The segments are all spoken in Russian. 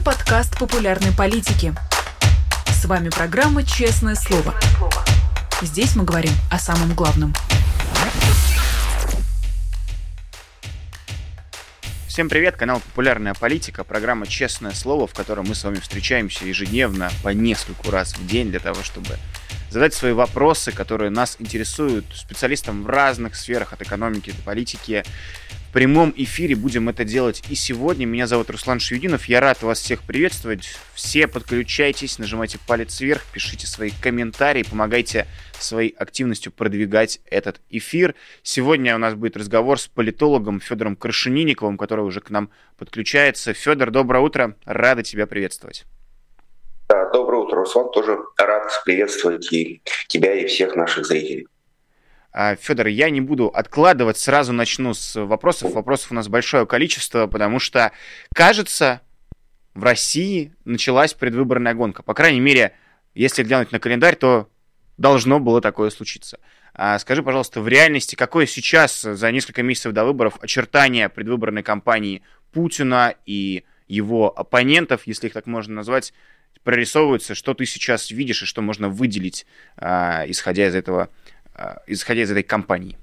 Это подкаст популярной политики. С вами программа «Честное слово». Здесь мы говорим о самом главном. Всем привет, канал «Популярная политика», программа «Честное слово», в которой мы с вами встречаемся ежедневно по нескольку раз в день для того, чтобы задать свои вопросы, которые нас интересуют, специалистам в разных сферах, от экономики до политики. В прямом эфире будем это делать и сегодня. Меня зовут Руслан Шевединов, я рад вас всех приветствовать. Все подключайтесь, нажимайте палец вверх, пишите свои комментарии, помогайте своей активностью продвигать этот эфир. Сегодня у нас будет разговор с политологом Федором Крашенинниковым, который уже к нам подключается. Федор, доброе утро, рада тебя приветствовать. Да, доброе утро, Руслан, тоже рад приветствовать и тебя, и всех наших зрителей. Федор, я не буду откладывать, сразу начну с вопросов. Вопросов у нас большое количество, потому что, кажется, в России началась предвыборная гонка. По крайней мере, если глянуть на календарь, то должно было такое случиться. Скажи, пожалуйста, в реальности, какое сейчас, за несколько месяцев до выборов, очертание предвыборной кампании Путина и его оппонентов, если их так можно назвать, прорисовывается, что ты сейчас видишь и что можно выделить, исходя из этой кампании?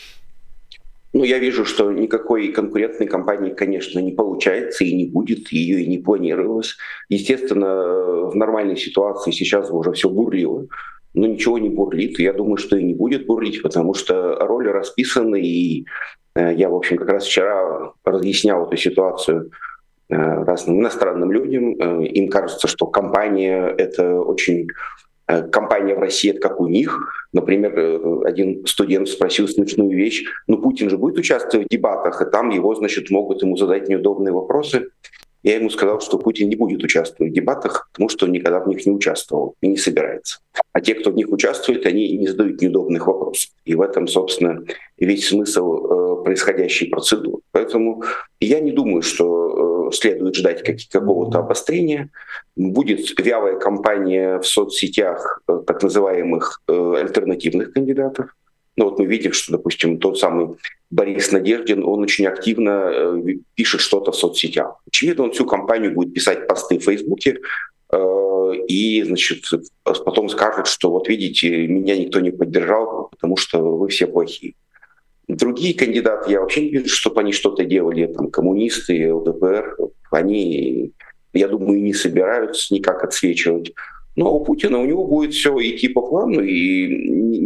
Я вижу, что никакой конкурентной кампании, конечно, не получается и не будет, ее и не планировалось. Естественно, в нормальной ситуации сейчас уже все бурлило, но ничего не бурлит. Я думаю, что и не будет бурлить, потому что роли расписаны, и я, в общем, как раз вчера разъяснял эту ситуацию разным иностранным людям. Им кажется, что кампания — это очень... Компания в России — это как у них. Например, один студент спросил смешную вещь: Путин же будет участвовать в дебатах, и там его, могут ему задать неудобные вопросы. Я ему сказал, что Путин не будет участвовать в дебатах, потому что он никогда в них не участвовал и не собирается. А те, кто в них участвует, они не задают неудобных вопросов. И в этом, собственно, весь смысл происходящей процедуры. Поэтому я не думаю, что следует ждать какого-то обострения. Будет вялая кампания в соцсетях так называемых альтернативных кандидатов. Мы видим, что, допустим, тот самый Борис Надеждин, он очень активно пишет что-то в соцсетях. Очевидно, он всю кампанию будет писать посты в Фейсбуке и, потом скажет, что вот видите, меня никто не поддержал, потому что вы все плохие. Другие кандидаты, я вообще не вижу, чтобы они что-то делали, коммунисты, ЛДПР, они, я думаю, не собираются никак отсвечивать. Но у Путина, у него будет все идти по плану, и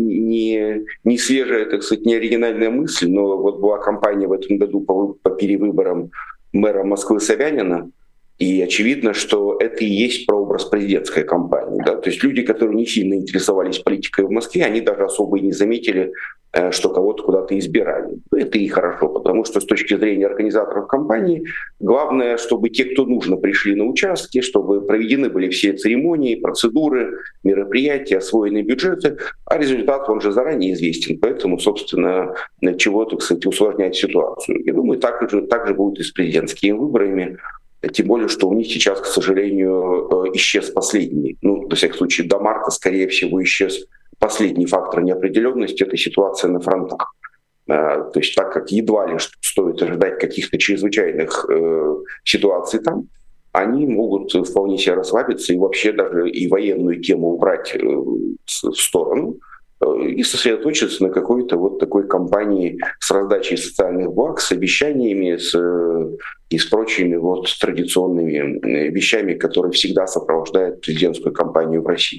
не свежая, не оригинальная мысль, но вот была кампания в этом году по перевыборам мэра Москвы Собянина, и очевидно, что это и есть прообраз президентской кампании. Да? То есть люди, которые не сильно интересовались политикой в Москве, они даже особо и не заметили, что кого-то куда-то избирали. Это и хорошо, потому что с точки зрения организаторов кампании, главное, чтобы те, кто нужно, пришли на участки, чтобы проведены были все церемонии, процедуры, мероприятия, освоены бюджеты, а результат, он же заранее известен. Поэтому, собственно, чего-то, усложнять ситуацию. Я думаю, так же будет и с президентскими выборами. Тем более, что у них сейчас, к сожалению, исчез последний. Во всяком случае, до марта, скорее всего, исчез последний фактор неопределенности — это ситуация на фронтах. То есть так как едва ли стоит ожидать каких-то чрезвычайных ситуаций там, они могут вполне себе расслабиться и вообще даже и военную тему убрать в сторону и сосредоточиться на какой-то вот такой кампании с раздачей социальных благ, с обещаниями и с прочими традиционными вещами, которые всегда сопровождают президентскую кампанию в России.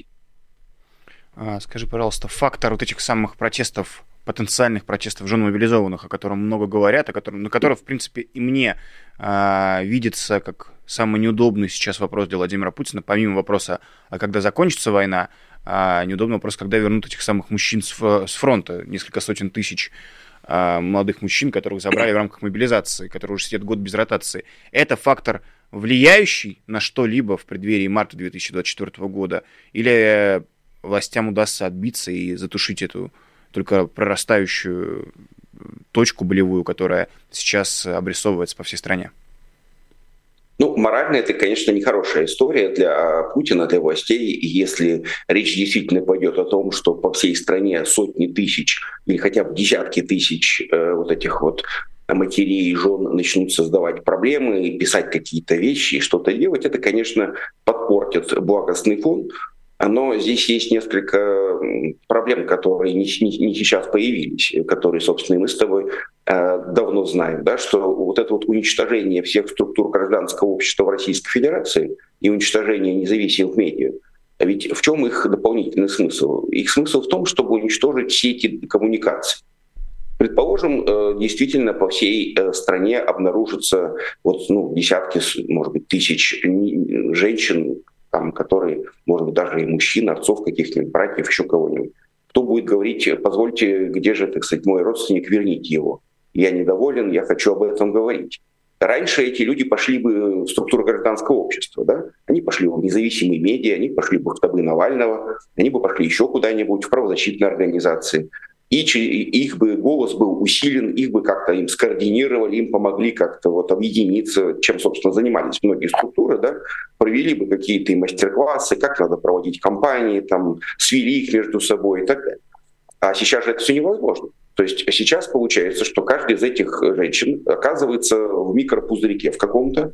Скажи, пожалуйста, фактор вот этих самых протестов, потенциальных протестов жен мобилизованных, о котором много говорят, на который, в принципе, и мне видится как самый неудобный сейчас вопрос для Владимира Путина, помимо вопроса, а когда закончится война, неудобный вопрос, когда вернут этих самых мужчин с фронта, несколько сотен тысяч молодых мужчин, которых забрали в рамках мобилизации, которые уже сидят год без ротации. Это фактор, влияющий на что-либо в преддверии марта 2024 года, или властям удастся отбиться и затушить эту только прорастающую точку болевую, которая сейчас обрисовывается по всей стране? Морально это, конечно, нехорошая история для Путина, для властей. Если речь действительно пойдет о том, что по всей стране сотни тысяч или хотя бы десятки тысяч матерей и жен начнут создавать проблемы, писать какие-то вещи и что-то делать, это, конечно, подпортит благостный фон. Но здесь есть несколько проблем, которые не сейчас появились, которые, собственно, и мы с тобой давно знаем, да, что вот это вот уничтожение всех структур гражданского общества в Российской Федерации и уничтожение независимых медиа, ведь в чем их дополнительный смысл? Их смысл в том, чтобы уничтожить сети коммуникаций. Предположим, действительно по всей стране обнаружатся десятки, может быть, тысяч женщин, там, которые, может быть, даже и мужчин, отцов каких-нибудь, братьев, еще кого-нибудь. Кто будет говорить: позвольте, где же, так сказать, мой родственник, верните его. Я недоволен, я хочу об этом говорить. Раньше эти люди пошли бы в структуру гражданского общества, да? Они пошли в независимые медиа, они пошли бы в штабы Навального, они бы пошли еще куда-нибудь, в правозащитные организации. И их бы голос был усилен, их бы как-то им скоординировали, им помогли как-то вот объединиться, чем, собственно, занимались многие структуры, да, провели бы какие-то и мастер-классы, как надо проводить кампании, там, свели их между собой и так далее. А сейчас же это все невозможно. То есть сейчас получается, что каждая из этих женщин оказывается в микропузырьке в каком-то,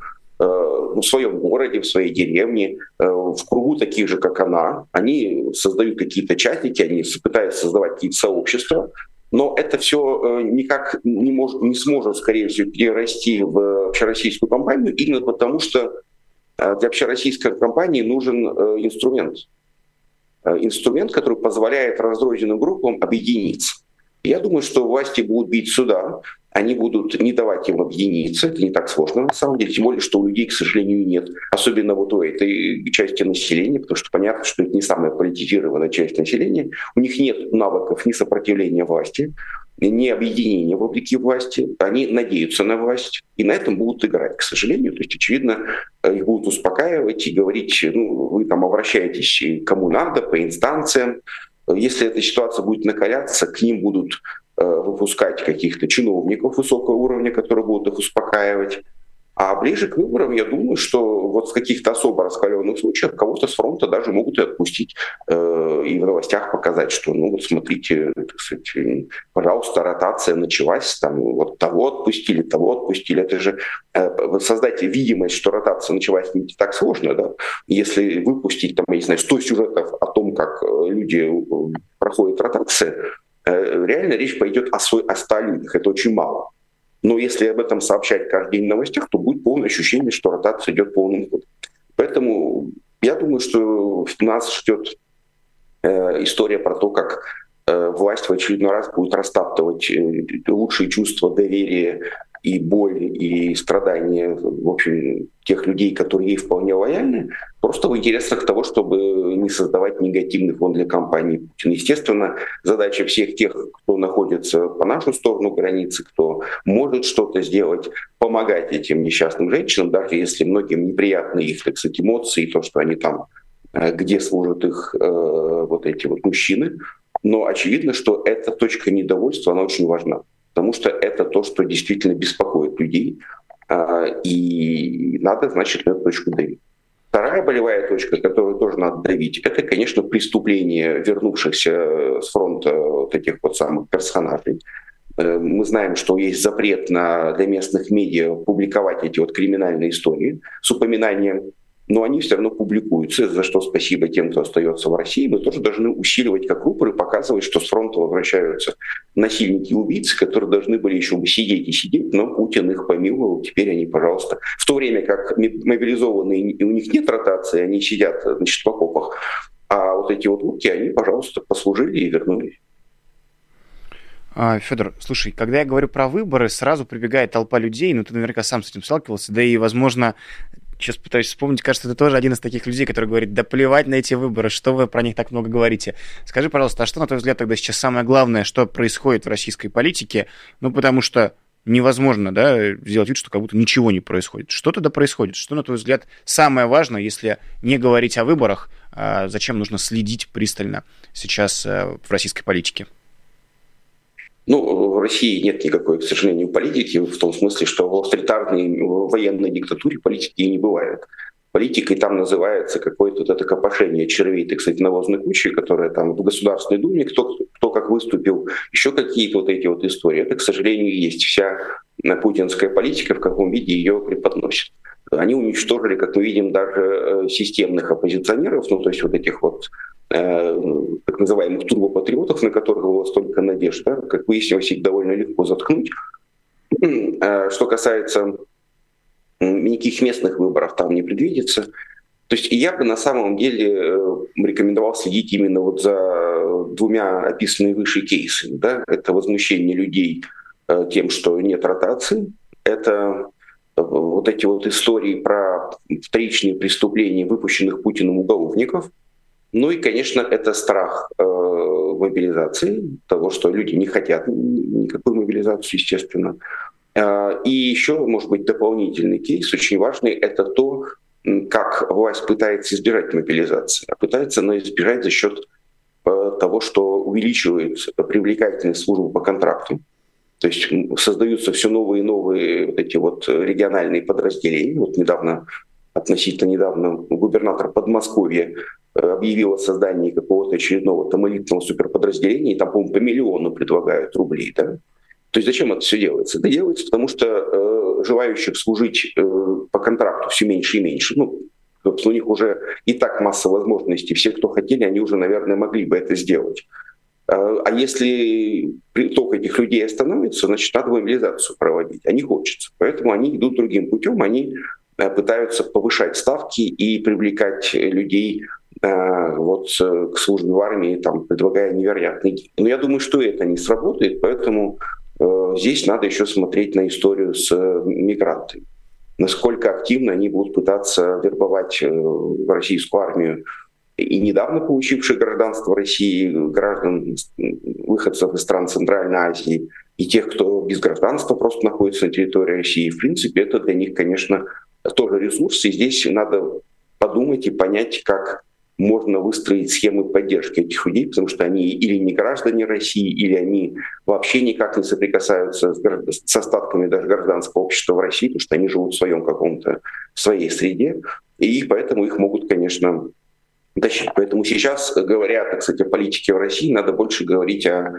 в своем городе, в своей деревне, в кругу таких же, как она. Они создают какие-то чатики, они пытаются создавать какие-то сообщества, но это все никак не сможет, скорее всего, перерасти в общероссийскую кампанию, именно потому что для общероссийской кампании нужен инструмент. Инструмент, который позволяет разрозненным группам объединиться. Я думаю, что власти будут бить сюда, они будут не давать им объединиться, это не так сложно на самом деле, тем более, что у людей, к сожалению, нет, особенно вот у этой части населения, потому что понятно, что это не самая политизированная часть населения, у них нет навыков ни сопротивления власти, ни объединения вопреки власти, они надеются на власть, и на этом будут играть, к сожалению, то есть, очевидно, их будут успокаивать и говорить: вы там обращаетесь кому надо, по инстанциям. Если эта ситуация будет накаляться, к ним будут выпускать каких-то чиновников высокого уровня, которые будут их успокаивать. А ближе к выборам, я думаю, что вот в каких-то особо раскаленных случаях кого-то с фронта даже могут и отпустить, и в новостях показать, что, вот смотрите, так сказать, пожалуйста, ротация началась, там вот того отпустили. Это же создать видимость, что ротация началась, не так сложно, да? Если выпустить, там, я не знаю, 100 сюжетов о том, как люди проходят ротацию, реально речь пойдет о 100 людях, это очень мало. Но если об этом сообщать каждый день в новостях, то будет полное ощущение, что ротация идет полным ходом. Поэтому я думаю, что нас ждет история про то, как власть в очередной раз будет растаптывать лучшие чувства, доверия и боль, и страдания, в общем, тех людей, которые ей вполне лояльны, просто в интересах того, чтобы не создавать негативный фон для кампании Путина. Естественно, задача всех тех, кто находится по нашу сторону границы, кто может что-то сделать, помогать этим несчастным женщинам, даже если многим неприятны их, так сказать, эмоции, то, что они там, где служат их вот эти вот мужчины. Но очевидно, что эта точка недовольства, она очень важна. Потому что это то, что действительно беспокоит людей, и надо, значит, на эту точку давить. Вторая болевая точка, которую тоже надо давить, это, конечно, преступление вернувшихся с фронта вот этих вот самых персонажей. Мы знаем, что есть запрет для местных медиа публиковать эти вот криминальные истории с упоминанием, но они все равно публикуются, за что спасибо тем, кто остается в России. Мы тоже должны усиливать как рупоры, показывать, что с фронта возвращаются насильники и убийцы, которые должны были еще бы сидеть и сидеть, но Путин их помиловал, теперь они, пожалуйста. В то время как мобилизованные, у них нет ротации, они сидят, значит, в окопах, а вот эти вот утки, они, пожалуйста, послужили и вернулись. Федор, слушай, когда я говорю про выборы, сразу прибегает толпа людей, ты наверняка сам с этим сталкивался, да и, возможно, сейчас пытаюсь вспомнить, кажется, ты тоже один из таких людей, который говорит: да плевать на эти выборы, что вы про них так много говорите. Скажи, пожалуйста, а что, на твой взгляд, тогда сейчас самое главное, что происходит в российской политике? Потому что невозможно, да, сделать вид, что как будто ничего не происходит. Что тогда происходит? Что, на твой взгляд, самое важное, если не говорить о выборах, зачем нужно следить пристально сейчас в российской политике? В России нет никакой, к сожалению, политики, в том смысле, что в авторитарной военной диктатуре политики и не бывает. Политикой там называется какое-то вот это копошение червей, так сказать, навозной кучи, которая там в Государственной Думе, кто как выступил, еще какие-то вот эти вот истории. Это, к сожалению, есть вся путинская политика, в каком виде ее преподносит. Они уничтожили, как мы видим, даже системных оппозиционеров, ну то есть вот этих вот так называемых турбопатриотов, на которых было столько надежд, да, как выяснилось, их довольно легко заткнуть. Что касается никаких местных выборов там не предвидится. То есть я бы на самом деле рекомендовал следить именно вот за двумя описанными выше кейсами. Да? Это возмущение людей тем, что нет ротации, это вот эти вот истории про вторичные преступления выпущенных Путиным уголовников. Ну и, конечно, это страх мобилизации, того, что люди не хотят никакой мобилизации, естественно. И еще, может быть, дополнительный кейс, очень важный, это то, как власть пытается избежать мобилизации. А пытается она избежать за счет того, что увеличивает привлекательность службы по контракту. То есть создаются все новые и новые вот эти вот региональные подразделения. Вот относительно недавно губернатор Подмосковья объявил о создании какого-то очередного там элитного суперподразделения, и там, по-моему, по миллиону предлагают рублей. Да? То есть зачем это все делается? Это делается потому, что желающих служить по контракту все меньше и меньше. Ну, собственно, у них уже и так масса возможностей. Все, кто хотели, они уже, наверное, могли бы это сделать. А если приток этих людей остановится, значит, надо мобилизацию проводить. А не хочется. Поэтому они идут другим путем. Они пытаются повышать ставки и привлекать людей вот к службе в армии, там, предлагая невероятные деньги. Но я думаю, что это не сработает, поэтому здесь надо еще смотреть на историю с мигрантами. Насколько активно они будут пытаться вербовать в российскую армию и недавно получивших гражданство России граждан, выходцев из стран Центральной Азии, и тех, кто без гражданства просто находится на территории России. В принципе, это для них, конечно, тоже ресурс. И здесь надо подумать и понять, как можно выстроить схемы поддержки этих людей, потому что они или не граждане России, или они вообще никак не соприкасаются с остатками даже гражданского общества в России, потому что они живут в своей среде, и поэтому их могут, конечно, тащить. Поэтому сейчас, говоря, так сказать, о политике в России, надо больше говорить о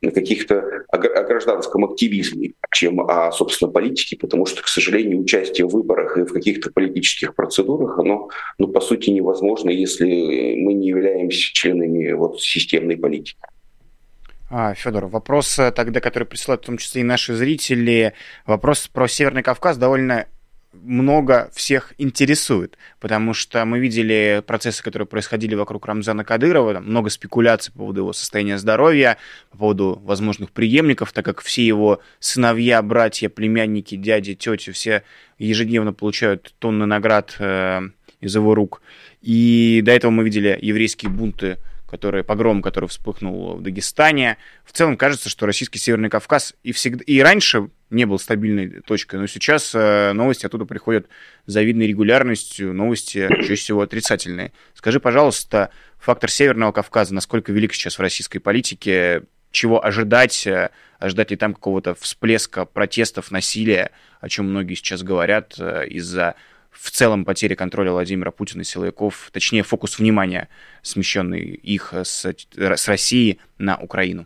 гражданском активизме, чем о, собственно, политике, потому что, к сожалению, участие в выборах и в каких-то политических процедурах, оно, по сути, невозможно, если мы не являемся членами вот системной политики. Федор, вопрос тогда, который присылают в том числе и наши зрители, вопрос про Северный Кавказ довольно много всех интересует, потому что мы видели процессы, которые происходили вокруг Рамзана Кадырова, там много спекуляций по поводу его состояния здоровья, по поводу возможных преемников, так как все его сыновья, братья, племянники, дяди, тети, все ежедневно получают тонны наград из его рук. И до этого мы видели еврейские бунты, погром, который вспыхнул в Дагестане. В целом кажется, что российский Северный Кавказ и раньше не был стабильной точкой, но сейчас новости оттуда приходят с завидной регулярностью, новости чаще всего отрицательные. Скажи, пожалуйста, фактор Северного Кавказа, насколько велик сейчас в российской политике, чего ожидать? Ожидать ли там какого-то всплеска протестов, насилия, о чем многие сейчас говорят из-за в целом потери контроля Владимира Путина и силовиков, точнее, фокус внимания, смещенный их с России на Украину?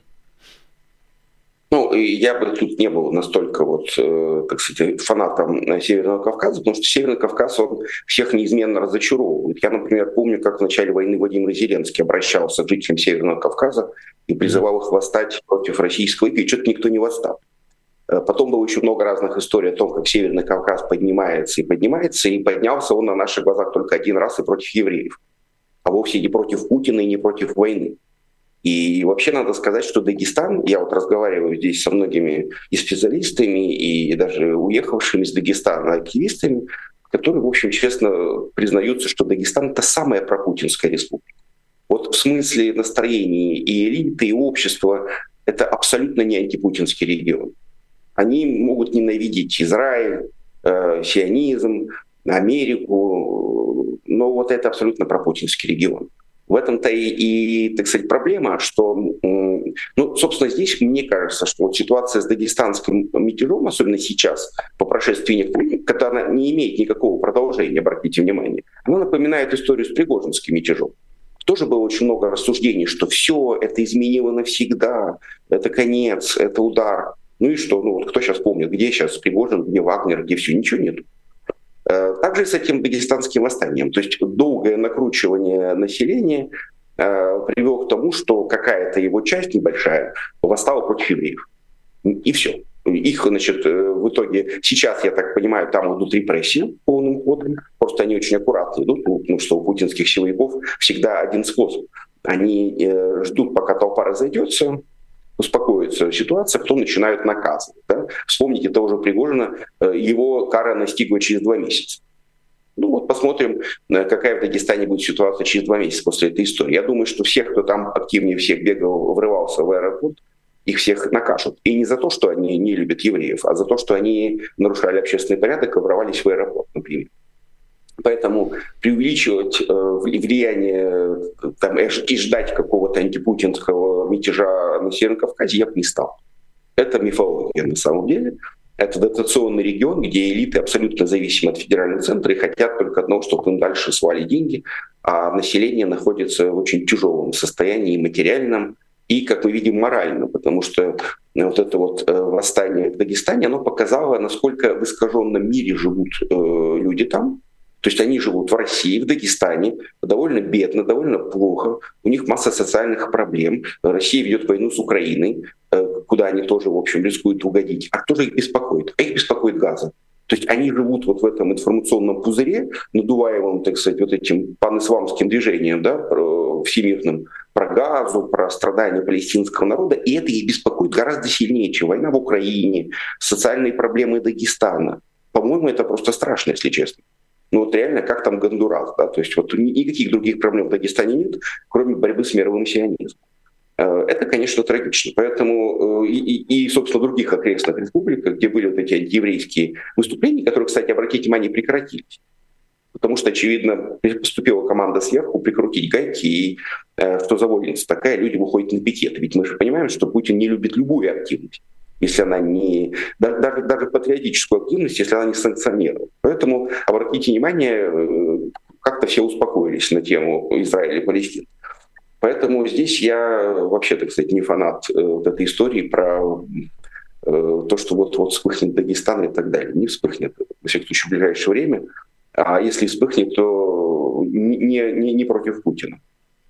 Я бы тут не был настолько так сказать, фанатом Северного Кавказа, потому что Северный Кавказ, он всех неизменно разочаровывает. Я, например, помню, как в начале войны Владимир Зеленский обращался к жителям Северного Кавказа и призывал их восстать против российского ига, и что-то никто не восстал. Потом было еще много разных историй о том, как Северный Кавказ поднимается, и поднялся он на наших глазах только один раз и против евреев, а вовсе не против Путина и не против войны. И вообще надо сказать, что Дагестан, я разговариваю здесь со многими и специалистами, и даже уехавшими из Дагестана активистами, которые, в общем, честно признаются, что Дагестан — это самая пропутинская республика. Вот в смысле настроений и элиты, и общества — это абсолютно не антипутинский регион. Они могут ненавидеть Израиль, сионизм, Америку, но это абсолютно пропутинский регион. В этом-то и, так сказать, проблема, что, собственно, здесь мне кажется, что ситуация с дагестанским мятежом, особенно сейчас, по прошествии некоторых времени, которая не имеет никакого продолжения, обратите внимание, она напоминает историю с Пригожинским мятежом. Тоже было очень много рассуждений, что все это изменило навсегда, это конец, это удар. Ну и что? Ну вот кто сейчас помнит, где сейчас Пригожин, где Вагнер, где все? Ничего нет. Также с этим дагестанским восстанием. То есть долгое накручивание населения привело к тому, что какая-то его часть небольшая восстала против евреев. И все. Их, значит, в итоге, сейчас, я так понимаю, там идут репрессии полным ходом. Просто они очень аккуратно идут, потому что у путинских силовиков всегда один способ. Они ждут, пока толпа разойдется, успокоится ситуация, потом начинают наказывать. Да? Вспомните того же Пригожина, его кара настигла через 2 месяца. Ну вот посмотрим, какая в Дагестане будет ситуация через 2 месяца после этой истории. Я думаю, что всех, кто там активнее всех бегал, врывался в аэропорт, их всех накажут. И не за то, что они не любят евреев, а за то, что они нарушали общественный порядок и врывались в аэропорт, например. Поэтому преувеличивать влияние там, и ждать какого-то антипутинского мятежа на Северном Кавказе я бы не стал. Это мифология на самом деле. Это дотационный регион, где элиты абсолютно зависимы от федерального центра и хотят только одного, чтобы им дальше свали деньги, а население находится в очень тяжелом состоянии материальном и, как мы видим, морально, потому что вот это вот восстание в Дагестане, оно показало, насколько в искаженном мире живут люди там. То есть они живут в России, в Дагестане, довольно бедно, довольно плохо, у них масса социальных проблем. Россия ведет войну с Украиной, куда они тоже, в общем, рискуют угодить. А кто же их беспокоит? А их беспокоит Газа. То есть они живут вот в этом информационном пузыре, надуваемом, так сказать, вот этим панисламским движением, да, всемирным, про Газу, про страдания палестинского народа, и это их беспокоит гораздо сильнее, чем война в Украине, социальные проблемы Дагестана. По-моему, это просто страшно, если честно. Ну вот реально, как там Гондурас, да, то есть вот никаких других проблем в Дагестане нет, кроме борьбы с мировым сионизмом. Это, конечно, трагично. Поэтому собственно, в других окрестных республиках, где были вот эти антиеврейские выступления, которые, кстати, обратите внимание, прекратились. Потому что, очевидно, поступила команда сверху прикрутить гайки, и что за вольница такая, люди выходят на пикет. Ведь мы же понимаем, что Путин не любит любую активность, если она не... Даже патриотическую активность, если она не санкционирована. Поэтому, обратите внимание, как-то все успокоились на тему Израиля и Палестины. Поэтому здесь я вообще, так сказать, не фанат вот этой истории про то, что вот вспыхнет Дагестан и так далее. Не вспыхнет, во всяком случае, в ближайшее время. А если вспыхнет, то не против Путина.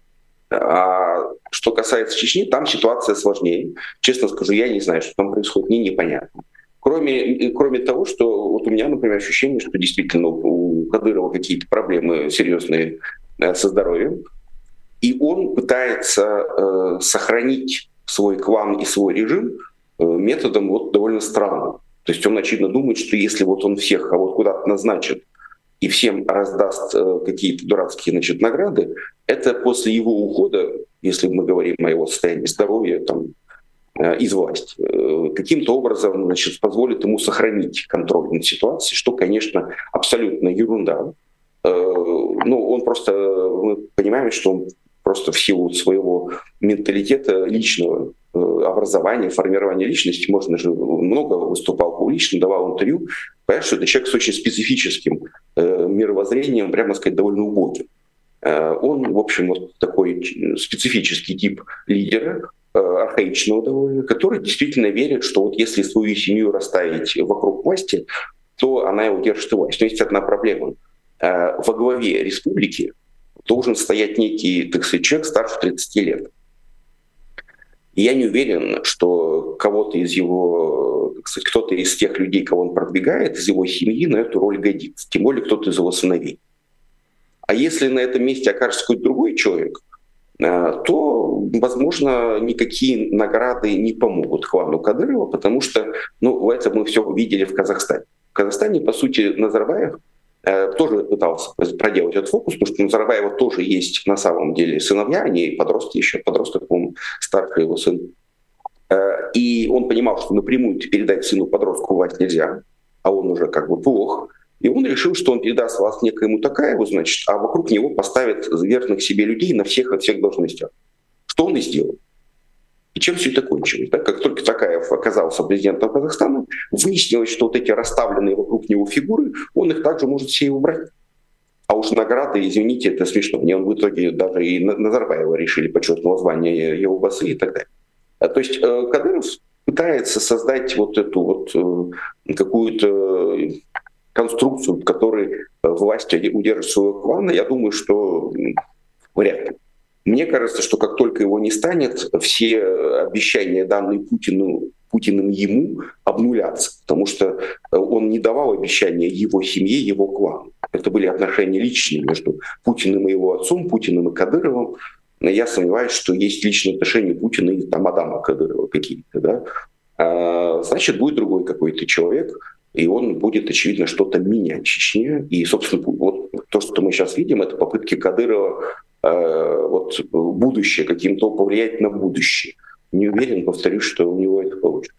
А что касается Чечни, там ситуация сложнее. Честно скажу, я не знаю, что там происходит, мне непонятно. Кроме того, что вот у меня, например, ощущение, что действительно у Кадырова какие-то проблемы серьезные со здоровьем, и он пытается сохранить свой клан и свой режим методом вот довольно странным. То есть он, очевидно, думает, что если вот он всех кого-то куда-то назначит и всем раздаст какие-то дурацкие, значит, награды, это после его ухода, если мы говорим о его состоянии здоровья там, из власти, каким-то образом, значит, позволит ему сохранить контроль над ситуацией, что, конечно, абсолютно ерунда. Ну, он просто, мы понимаем, что он просто в силу своего менталитета личного, образования, формирования личности, можно же много выступал публично, давал интервью, понятно, что это человек с очень специфическим мировоззрением, прямо сказать, довольно убогим. Он, в общем, вот такой специфический тип лидера, архаичного довольно, который действительно верит, что вот если свою семью расставить вокруг власти, то она его держит власть. Но есть одна проблема. Во главе республики должен стоять некий, так сказать, человек старше 30 лет. И я не уверен, что кого-то из его, так сказать, кто-то из тех людей, кого он продвигает, из его семьи на эту роль годится. Тем более кто-то из его сыновей. А если на этом месте окажется какой-то другой человек, то, возможно, никакие награды не помогут клану Кадырова, потому что, ну, это мы все видели в Казахстане. В Казахстане, по сути, Назарбаев тоже пытался проделать этот фокус, потому что у Назарбаева тоже есть на самом деле сыновья, они подростки еще, подросток, по-моему, старший его сын. И он понимал, что напрямую передать сыну подростку власть нельзя, а он уже как бы плох. И он решил, что он передаст власть некоему Токаеву, значит, а вокруг него поставит верных себе людей на всех должностях. Что он и сделал. И чем все это кончилось? Да? Как только Токаев оказался президентом Казахстана, выяснилось, что вот эти расставленные вокруг него фигуры, он их также может все убрать. А уж награды, извините, это смешно. Мне он в итоге даже и Назарбаева решили почетного звания Елбасы и так далее. То есть Кадыров пытается создать вот эту вот какую-то конструкцию, в которой власть удержит своего клана, я думаю, что вряд ли. Мне кажется, что как только его не станет, все обещания, данные Путиным ему, обнулятся, потому что он не давал обещания его семье, его клану. Это были отношения личные между Путиным и его отцом, Путиным и Кадыровым. Я сомневаюсь, что есть личные отношения Путина и там Адама Кадырова какие-то. Да? Значит, будет другой какой-то человек, и он будет, очевидно, что-то менять в Чечне. И, собственно, вот то, что мы сейчас видим, это попытки Кадырова вот будущее, каким-то повлиять на будущее. Не уверен, повторюсь, что у него это получится.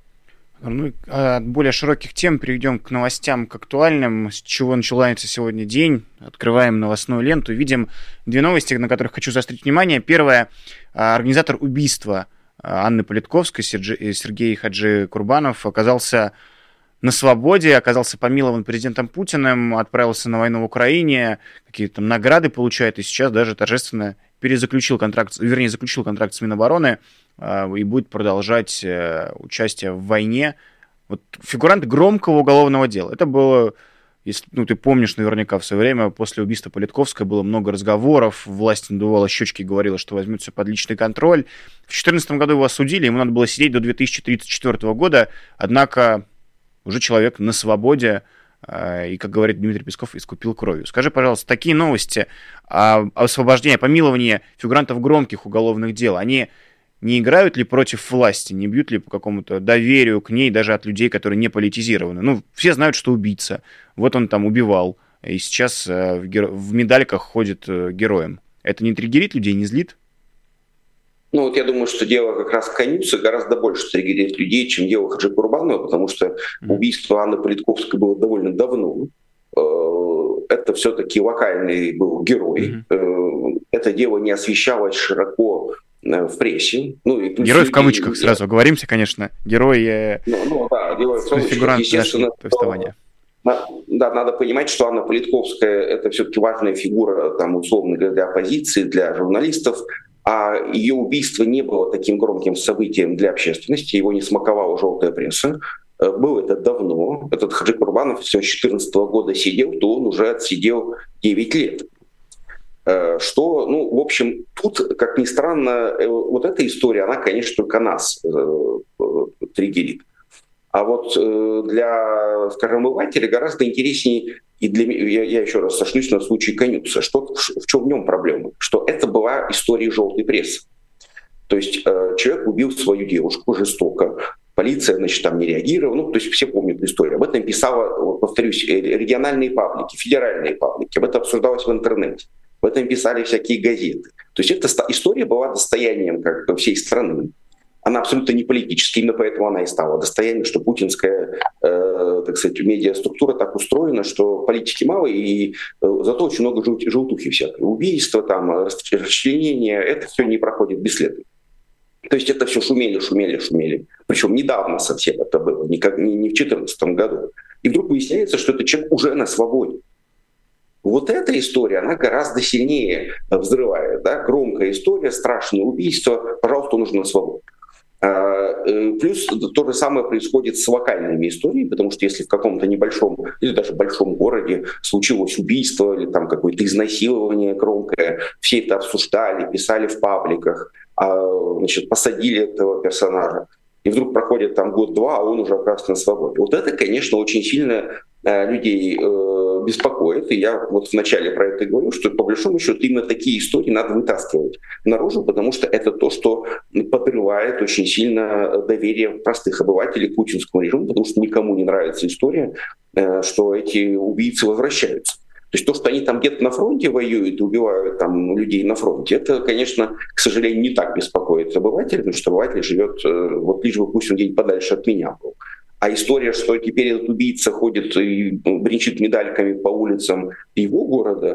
Ну, от более широких тем перейдем к новостям, к актуальным. С чего начинается сегодня день? Открываем новостную ленту, видим две новости, на которых хочу заострить внимание. Первое. Организатор убийства Анны Политковской, Сергей Хаджи Курбанов, оказался на свободе, оказался помилован президентом Путиным, отправился на войну в Украине, какие-то там награды получает, и сейчас даже торжественно заключил контракт с Минобороны и будет продолжать участие в войне. Вот фигурант громкого уголовного дела. Это было, если ты помнишь, наверняка в свое время после убийства Политковской было много разговоров, власть надувала щечки и говорила, что возьмет все под личный контроль. В 2014 году его осудили, ему надо было сидеть до 2034 года, однако уже человек на свободе, и, как говорит Дмитрий Песков, искупил кровью. Скажи, пожалуйста, такие новости о освобождении, помиловании фигурантов громких уголовных дел, они не играют ли против власти, не бьют ли по какому-то доверию к ней даже от людей, которые не политизированы? Ну, все знают, что убийца. Вот он там убивал, и сейчас в медальках ходит героем. Это не триггерит людей, не злит? Ну вот я думаю, что дело как раз Канюса гораздо больше триггерит людей, чем дело Хаджи Курбанова, потому что убийство Анны Политковской было довольно давно. Это все-таки локальный был герой. Это дело не освещалось широко в прессе. Ну, и герой в кавычках, сразу оговоримся, конечно. Герой, да, герой в кавычках, фигурант нашего повествования. Да, надо понимать, что Анна Политковская — это все-таки важная фигура, там, условно говоря, для оппозиции, для журналистов, а ее убийство не было таким громким событием для общественности, его не смаковала желтая пресса. Было это давно. Этот Хаджи Курбанов, если он с 2014 года сидел, то он уже отсидел 9 лет. Что, ну, в общем, тут, как ни странно, вот эта история, она, конечно, только нас триггерит. А вот для, скажем, обывателя гораздо интереснее, и для меня, я еще раз сошлюсь на случай Канюса, в чем в нем проблема? Что это была история желтой прессы. То есть человек убил свою девушку жестоко, полиция, значит, там не реагировала, ну, то есть все помнят историю. Об этом писала, вот, повторюсь, региональные паблики, федеральные паблики, об этом обсуждалось в интернете, об этом писали всякие газеты. То есть эта история была достоянием как бы всей страны. Она абсолютно не политическая, именно поэтому она и стала достоянием, что путинская, так сказать, медиаструктура так устроена, что политики мало, и зато очень много желтухи всякой. Убийства, там, расчленения, это все не проходит бесследно. То есть это все шумели. Причем недавно совсем это было, не в 2014 году. И вдруг выясняется, что этот человек уже на свободе. Вот эта история, она гораздо сильнее взрывает. Да? Громкая история, страшное убийство, пожалуйста, нужно на свободу. Плюс то же самое происходит с локальными историями, потому что если в каком-то небольшом или даже большом городе случилось убийство или там какое-то изнасилование громкое, все это обсуждали, писали в пабликах, значит, посадили этого персонажа, и вдруг проходит там год-два, а он уже оказывается на свободе. Вот это, конечно, очень сильно людей беспокоит, и я вот вначале про это говорю, что по большому счету именно такие истории надо вытаскивать наружу, потому что это то, что подрывает очень сильно доверие простых обывателей к путинскому режиму, потому что никому не нравится история, что эти убийцы возвращаются. То есть то, что они там где-то на фронте воюют и убивают там людей на фронте, это, конечно, к сожалению, не так беспокоит обывателя, потому что обыватель живет, вот лишь бы пусть он где-нибудь подальше от меня был. А история, что теперь этот убийца ходит и бренчит медальками по улицам его города,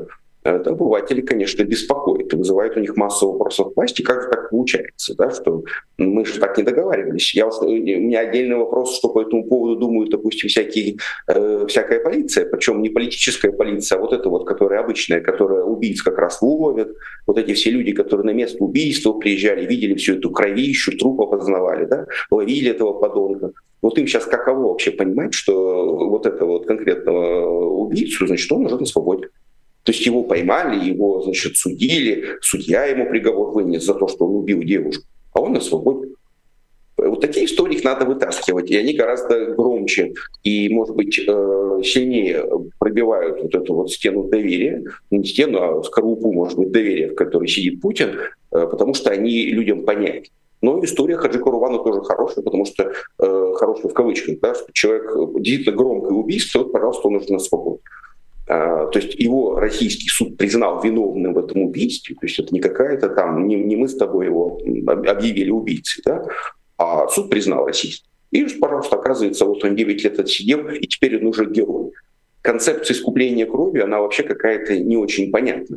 это обыватели, конечно, беспокоит и вызывает у них массу вопросов к власти. Как же так получается, да, что мы же так не договаривались? У меня отдельный вопрос, что по этому поводу думают, допустим, всякая полиция, причем не политическая полиция, а вот эта вот, которая обычная, которая убийц как раз ловит, вот эти все люди, которые на место убийства приезжали, видели всю эту кровищу, труп опознавали, да, ловили этого подонка. Вот им сейчас каково вообще понимать, что вот этого вот конкретного убийцу, значит, он уже на свободе. То есть его поймали, его, значит, судили, судья ему приговор вынес за то, что он убил девушку, а он на свободе. Вот такие истории их надо вытаскивать, и они гораздо громче и, может быть, сильнее пробивают вот эту вот стену доверия, не стену, а скорлупу, может быть, доверия, в которой сидит Путин, потому что они людям понятны. Но история Хаджи Карувана тоже хорошая, потому что хорошая в кавычках, да, что человек действительно громкое убийство, вот, пожалуйста, он уже на свободе. То есть его российский суд признал виновным в этом убийстве, то есть это не какая-то там, не мы с тобой его объявили убийцей, да, а суд признал российский. И, пожалуйста, оказывается, вот он 9 лет отсидел, и теперь он уже герой. Концепция искупления кровью, она вообще какая-то не очень понятна.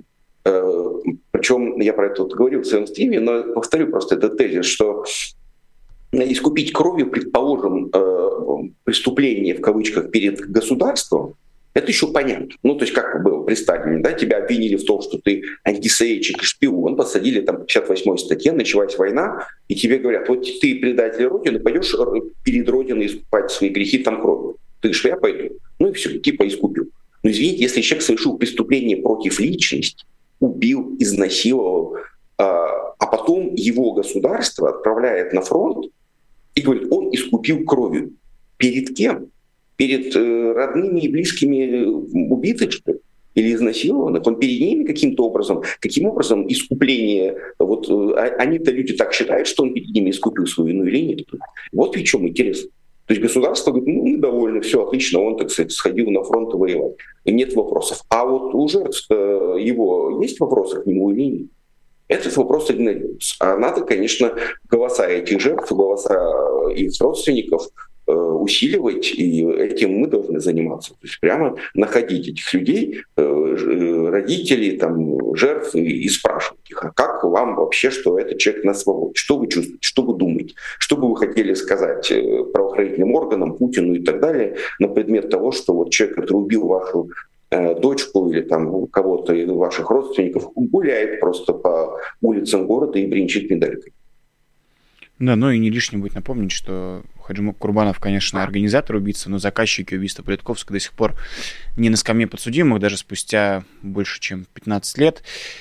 Причем я про это вот говорил в своем стриме, но повторю просто этот тезис, что искупить кровью, предположим, преступление в кавычках перед государством, это еще понятно. Ну, то есть, как было при Сталине, да, тебя обвинили в том, что ты антисоветчик и шпион, посадили там в 58-й статье, началась война, и тебе говорят, вот ты предатель Родины, пойдешь перед Родиной искупать свои грехи там кровью. Ты говоришь, я пойду. Ну и все, типа искупил. Но извините, если человек совершил преступление против личности, убил, изнасиловал, а потом его государство отправляет на фронт и говорит, он искупил кровью. Перед кем? Перед родными и близкими убитых, что ли? Или изнасилованных? Он перед ними каким-то образом? Каким образом искупление? Вот они-то люди так считают, что он перед ними искупил свою вину или нет? Вот в чем интерес. То есть государство говорит, ну, мы довольны, все отлично, он, так сказать, сходил на фронт и воевать. И нет вопросов. А вот у жертв его есть вопросы к нему или нет? Этот вопрос игнорируется. А надо, конечно, голоса этих жертв, голоса их родственников усиливать, и этим мы должны заниматься. То есть прямо находить этих людей, родителей, там, жертв и спрашивать их, а как вам вообще, что этот человек на свободе? Что вы чувствуете? Что вы думаете? Что бы вы хотели сказать правоохранительным органам, Путину и так далее на предмет того, что вот человек, который убил вашу дочку или там кого-то из ваших родственников, гуляет просто по улицам города и бренчит медалькой. Да, ну и не лишним будет напомнить, что Хаджимук Курбанов, конечно, организатор убийства, но заказчики убийства Политковской до сих пор не на скамье подсудимых, даже спустя больше, чем 15 лет.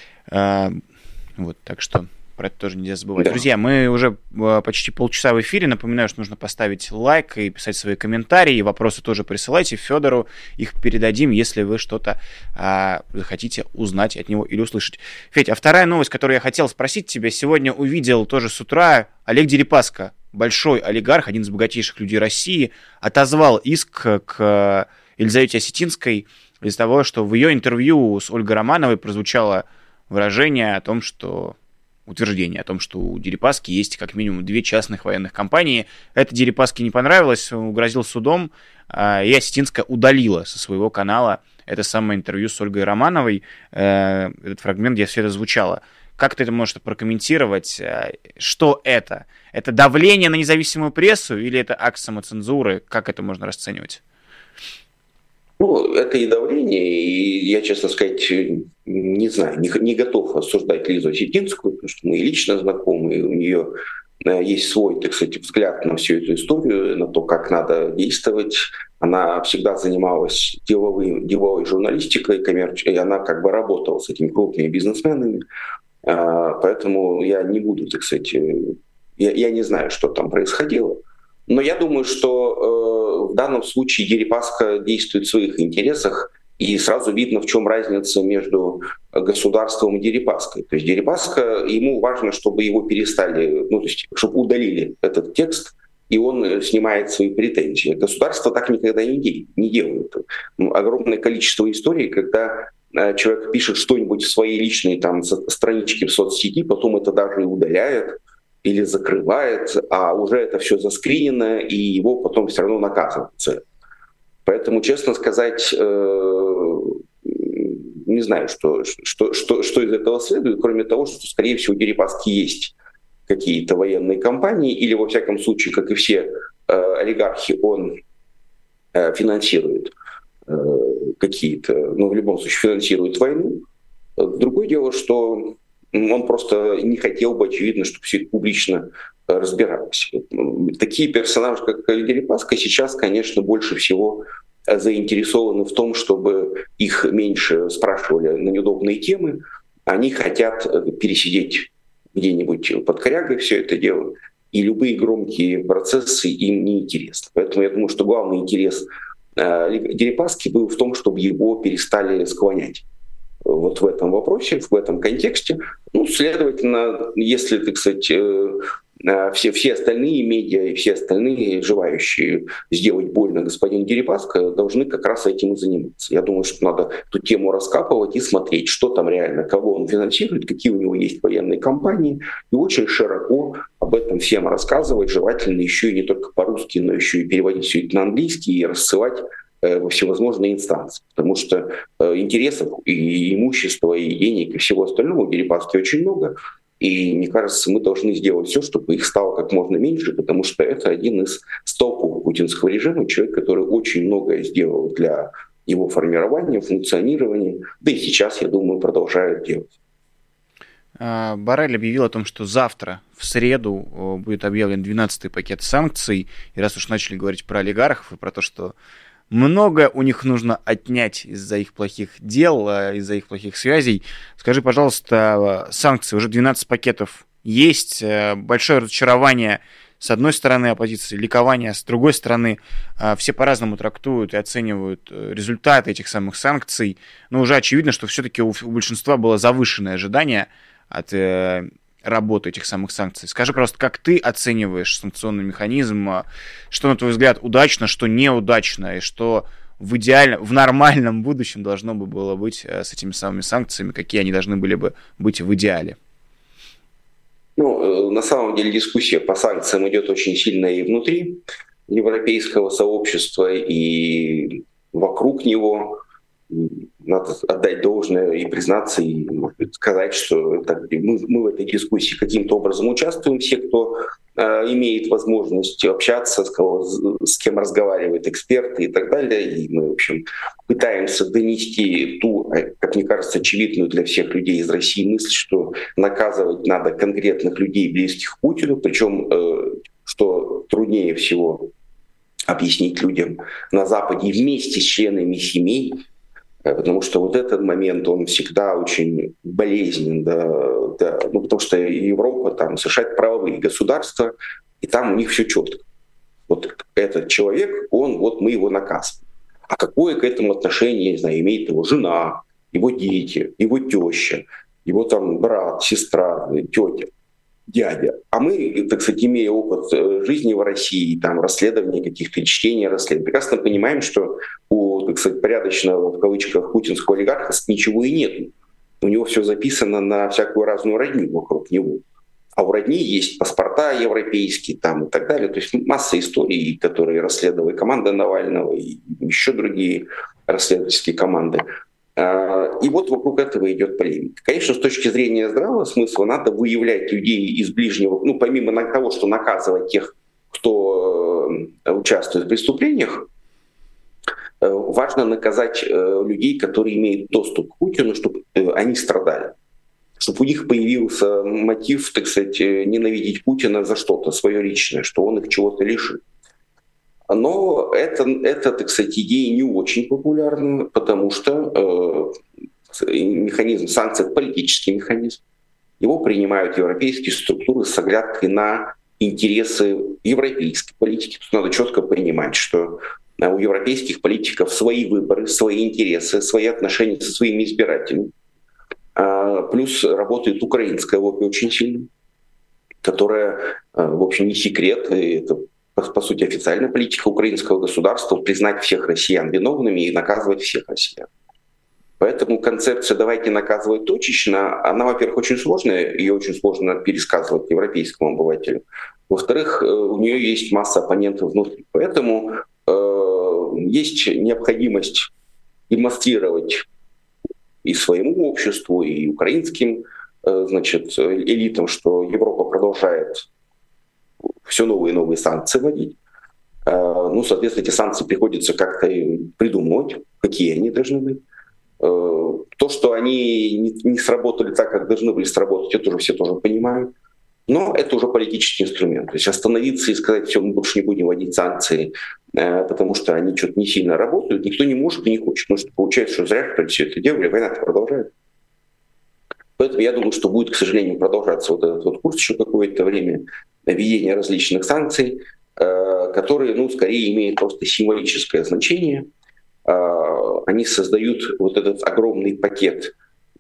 Вот, так что про это тоже нельзя забывать. Да. Друзья, мы уже почти полчаса в эфире. Напоминаю, что нужно поставить лайк и писать свои комментарии. Вопросы тоже присылайте. Федору их передадим, если вы что-то захотите узнать от него или услышать. Федь, а вторая новость, которую я хотел спросить тебя, сегодня увидел тоже с утра. Олег Дерипаска, большой олигарх, один из богатейших людей России, отозвал иск к Елизавете Осетинской из-за того, что в ее интервью с Ольгой Романовой прозвучало выражение о том, что утверждение о том, что у Дерипаски есть как минимум 2 частных военных компании. Это Дерипаске не понравилось, он угрозил судом, и Осетинская удалила со своего канала это самое интервью с Ольгой Романовой, этот фрагмент, где все это звучало. Как ты это можешь прокомментировать? Что это? Это давление на независимую прессу или это акт самоцензуры? Как это можно расценивать? Ну, это и давление, и я, честно сказать, не знаю, не готов осуждать Лизу Осетинскую, потому что мы лично знакомы, и у нее есть свой, так сказать, взгляд на всю эту историю, на то, как надо действовать. Она всегда занималась деловой журналистикой, и она как бы работала с этими крупными бизнесменами, поэтому я не буду, так сказать, я не знаю, что там происходило. Но я думаю, что в данном случае Дерипаска действует в своих интересах, и сразу видно, в чем разница между государством и Дерипаской. То есть Дерипаска, ему важно, чтобы его перестали, ну, то есть, чтобы удалили этот текст, и он снимает свои претензии. Государство так никогда не делает. Огромное количество историй, когда человек пишет что-нибудь в своей личной там страничке в соцсети, потом это даже и удаляет, или закрывает, а уже это все заскринено, и его потом все равно наказывают. Поэтому, честно сказать, не знаю, что из этого следует, кроме того, что, скорее всего, у Дерипаски есть какие-то военные компании, или, во всяком случае, как и все олигархи, он финансирует какие-то, в любом случае, финансирует войну. Другое дело, что он просто не хотел бы, очевидно, чтобы все это публично разбиралось. Такие персонажи, как Дерипаска, сейчас, конечно, больше всего заинтересованы в том, чтобы их меньше спрашивали на неудобные темы. Они хотят пересидеть где-нибудь под корягой все это дело, и любые громкие процессы им не интересны. Поэтому я думаю, что главный интерес Дерипаски был в том, чтобы его перестали склонять вот в этом вопросе, в этом контексте. Следовательно, если, так сказать, все остальные медиа и все остальные желающие сделать больно господину Дерипаска должны как раз этим и заниматься. Я думаю, что надо эту тему раскапывать и смотреть, что там реально, кого он финансирует, какие у него есть военные компании, и очень широко об этом всем рассказывать, желательно еще и не только по-русски, но еще и переводить все это на английский и рассылать во всевозможные инстанции. Потому что интересов и имущества, и денег, и всего остального у Дерипаски очень много. И мне кажется, мы должны сделать все, чтобы их стало как можно меньше, потому что это один из столпов путинского режима, человек, который очень многое сделал для его формирования, функционирования, да и сейчас, я думаю, продолжает делать. Боррель объявил о том, что завтра, в среду, будет объявлен 12-й пакет санкций. И раз уж начали говорить про олигархов и про то, что многое у них нужно отнять из-за их плохих дел, из-за их плохих связей. Скажи, пожалуйста, санкции, уже 12 пакетов есть, большое разочарование с одной стороны оппозиции, ликование с другой стороны. Все по-разному трактуют и оценивают результаты этих самых санкций. Но уже очевидно, что все-таки у большинства было завышенное ожидание от работы этих самых санкций. Скажи просто, как ты оцениваешь санкционный механизм, что, на твой взгляд, удачно, что неудачно, и что в нормальном будущем должно бы было быть с этими самыми санкциями, какие они должны были бы быть в идеале? На самом деле дискуссия по санкциям идет очень сильно и внутри европейского сообщества, и вокруг него. Надо отдать должное и признаться, и, может быть, сказать, что мы в этой дискуссии каким-то образом участвуем. Все, кто имеет возможность общаться, с кем разговаривают эксперты и так далее. И мы, в общем, пытаемся донести ту, как мне кажется, очевидную для всех людей из России мысль, что наказывать надо конкретных людей, близких к Путину, причем, что труднее всего объяснить людям на Западе вместе с членами семей, потому что вот этот момент, он всегда очень болезненен, потому что Европа, там, США — это правовые государства, и там у них все четко. Вот этот человек, мы его наказываем. А какое к этому отношение, не знаю, имеет его жена, его дети, его теща, его там брат, сестра, тетя, дядя. А мы, так сказать, имея опыт жизни в России, там, расследования каких-то, чтения расследований, прекрасно понимаем, что у, так сказать, порядочного, в кавычках, путинского олигарха ничего и нет. У него все записано на всякую разную родню вокруг него. А у родни есть паспорта европейские там, и так далее. То есть масса историй, которые расследовали команда Навального и еще другие расследовательские команды. И вот вокруг этого идет полемика. Конечно, с точки зрения здравого смысла надо выявлять людей из ближнего, помимо того, что наказывать тех, кто участвует в преступлениях, важно наказать людей, которые имеют доступ к Путину, чтобы они страдали. Чтобы у них появился мотив, так сказать, ненавидеть Путина за что-то свое личное, что он их чего-то лишит. Но это, так сказать, идея не очень популярна, потому что механизм санкций — это политический механизм. Его принимают европейские структуры с оглядкой на интересы европейской политики. Тут надо четко понимать, что у европейских политиков свои выборы, свои интересы, свои отношения со своими избирателями. Плюс работает украинское лобби очень сильно, которое, в общем, не секрет, это по сути, официальная политика украинского государства — признать всех россиян виновными и наказывать всех россиян. Поэтому концепция «давайте наказывать точечно», она, во-первых, очень сложная, ее очень сложно пересказывать европейскому обывателю. Во-вторых, у нее есть масса оппонентов внутри. Поэтому есть необходимость демонстрировать и своему обществу, и украинским, значит, элитам, что Европа продолжает все новые и новые санкции вводить. Ну, соответственно, эти санкции приходится как-то придумывать, какие они должны быть. То, что они не сработали так, как должны были сработать, это уже все тоже понимают. Но это уже политический инструмент. То есть остановиться и сказать, все, мы больше не будем вводить санкции, потому что они что-то не сильно работают, никто не может и не хочет. Потому что получается, что зря, что ли, все это делали, война-то продолжается. Поэтому я думаю, что будет, к сожалению, продолжаться вот этот вот курс еще какое-то время введения различных санкций, которые, ну, скорее имеют просто символическое значение. Они создают вот этот огромный пакет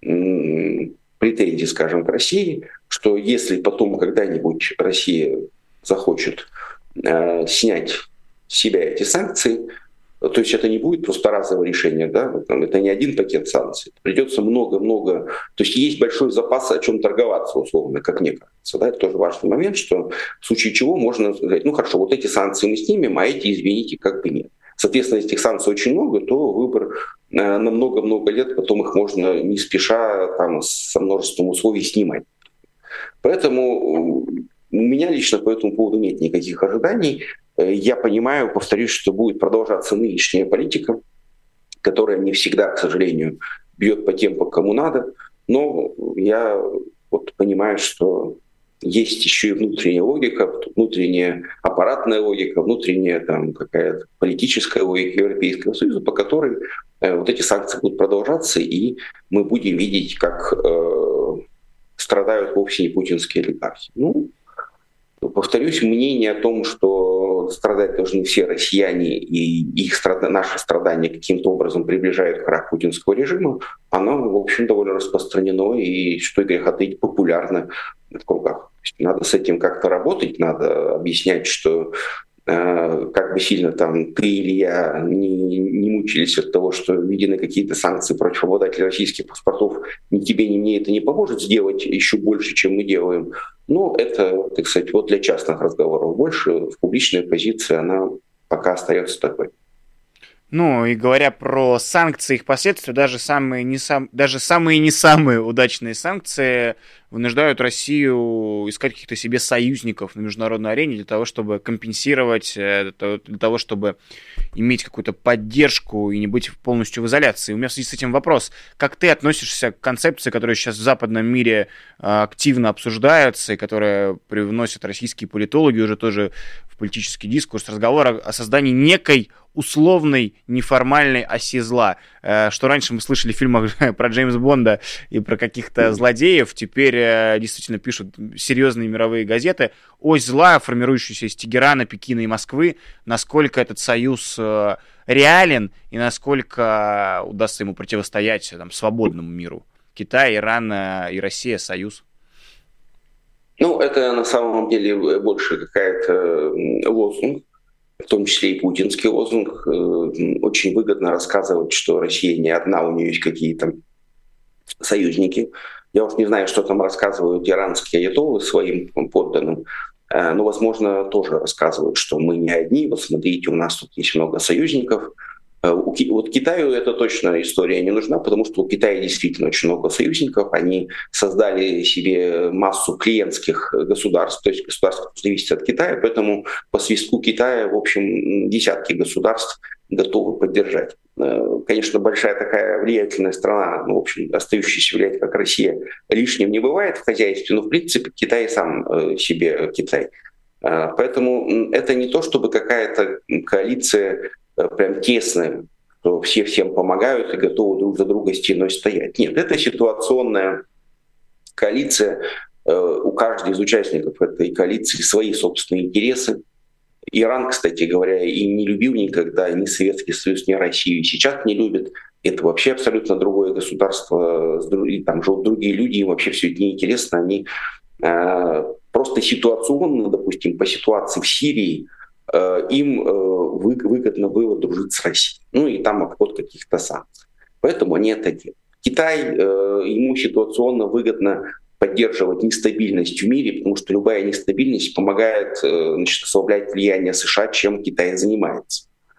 претензий, скажем, к России, что если потом когда-нибудь Россия захочет снять с себя эти санкции, то есть это не будет просто разовое решение, да? Это не один пакет санкций, придется много-много, то есть есть большой запас, о чем торговаться, условно, как мне кажется. Да? Это тоже важный момент, что в случае чего можно сказать, ну хорошо, вот эти санкции мы снимем, а эти, извините, как бы нет. Соответственно, если этих санкций очень много, то выбор на много-много лет, потом их можно не спеша там, со множеством условий снимать. Поэтому у меня лично по этому поводу нет никаких ожиданий. Я понимаю, повторюсь, что будет продолжаться нынешняя политика, которая не всегда, к сожалению, бьет по тем, по кому надо. Но я вот понимаю, что есть еще и внутренняя логика, внутренняя аппаратная логика, внутренняя там какая-то политическая логика Европейского Союза, по которой вот эти санкции будут продолжаться, и мы будем видеть, как страдают вовсе не путинские олигархи. Ну, повторюсь, мнение о том, что страдать должны все россияне, и наши страдания каким-то образом приближают к краху путинского режима, оно, в общем, довольно распространено и, что и греха таить, популярно в кругах. Надо с этим как-то работать, надо объяснять, что как бы сильно там ты или я не мучились от того, что введены какие-то санкции против обладателей российских паспортов, ни тебе, ни мне это не поможет сделать еще больше, чем мы делаем. Но это, так сказать, вот для частных разговоров больше. В публичной позиции она пока остается такой. Ну, и говоря про санкции, их последствия, даже самые не самые удачные санкции вынуждают Россию искать каких-то себе союзников на международной арене для того, чтобы компенсировать, для того, чтобы иметь какую-то поддержку и не быть полностью в изоляции. У меня в связи с этим вопрос. Как ты относишься к концепции, которая сейчас в западном мире активно обсуждается и которая привносят российские политологи уже тоже в политический дискурс, разговор о создании некой условной, неформальной оси зла. Что раньше мы слышали в фильмах про Джеймса Бонда и про каких-то злодеев, теперь действительно пишут серьезные мировые газеты. Ось зла, формирующаяся из Тегерана, Пекина и Москвы, насколько этот союз реален и насколько удастся ему противостоять там, свободному миру. Китай, Иран и Россия, союз. Ну, это на самом деле больше какая-то лозунг, в том числе и путинский лозунг. Очень выгодно рассказывать, что Россия не одна, у нее есть какие-то союзники. Я уж не знаю, что там рассказывают иранские аятоллы своим подданным, но, возможно, тоже рассказывают, что мы не одни. Вот смотрите, у нас тут есть много союзников. Вот Китаю эта точно история не нужна, потому что у Китая действительно очень много союзников. Они создали себе массу клиентских государств, то есть государств, которые зависят от Китая, поэтому по свистку Китая, в общем, десятки государств готовы поддержать. Конечно, большая такая влиятельная страна, ну, в общем, остающаяся влиять, как Россия, лишним не бывает в хозяйстве, но, в принципе, Китай сам себе Китай. Поэтому это не то, чтобы какая-то коалиция прям тесная, что все всем помогают и готовы друг за друга стеной стоять. Нет, это ситуационная коалиция. У каждого из участников этой коалиции свои собственные интересы. Иран, кстати говоря, и не любил никогда ни Советский Союз, ни Россию, и сейчас не любит. Это вообще абсолютно другое государство, там живут другие люди, им вообще все это неинтересно. Они просто ситуационно, допустим, по ситуации в Сирии, им выгодно было дружить с Россией. Ну и там обход каких-то санкций. Поэтому они это делают. Китай, ему ситуационно выгодно поддерживать нестабильность в мире, потому что любая нестабильность помогает, значит, ослаблять влияние США, чем Китай занимается.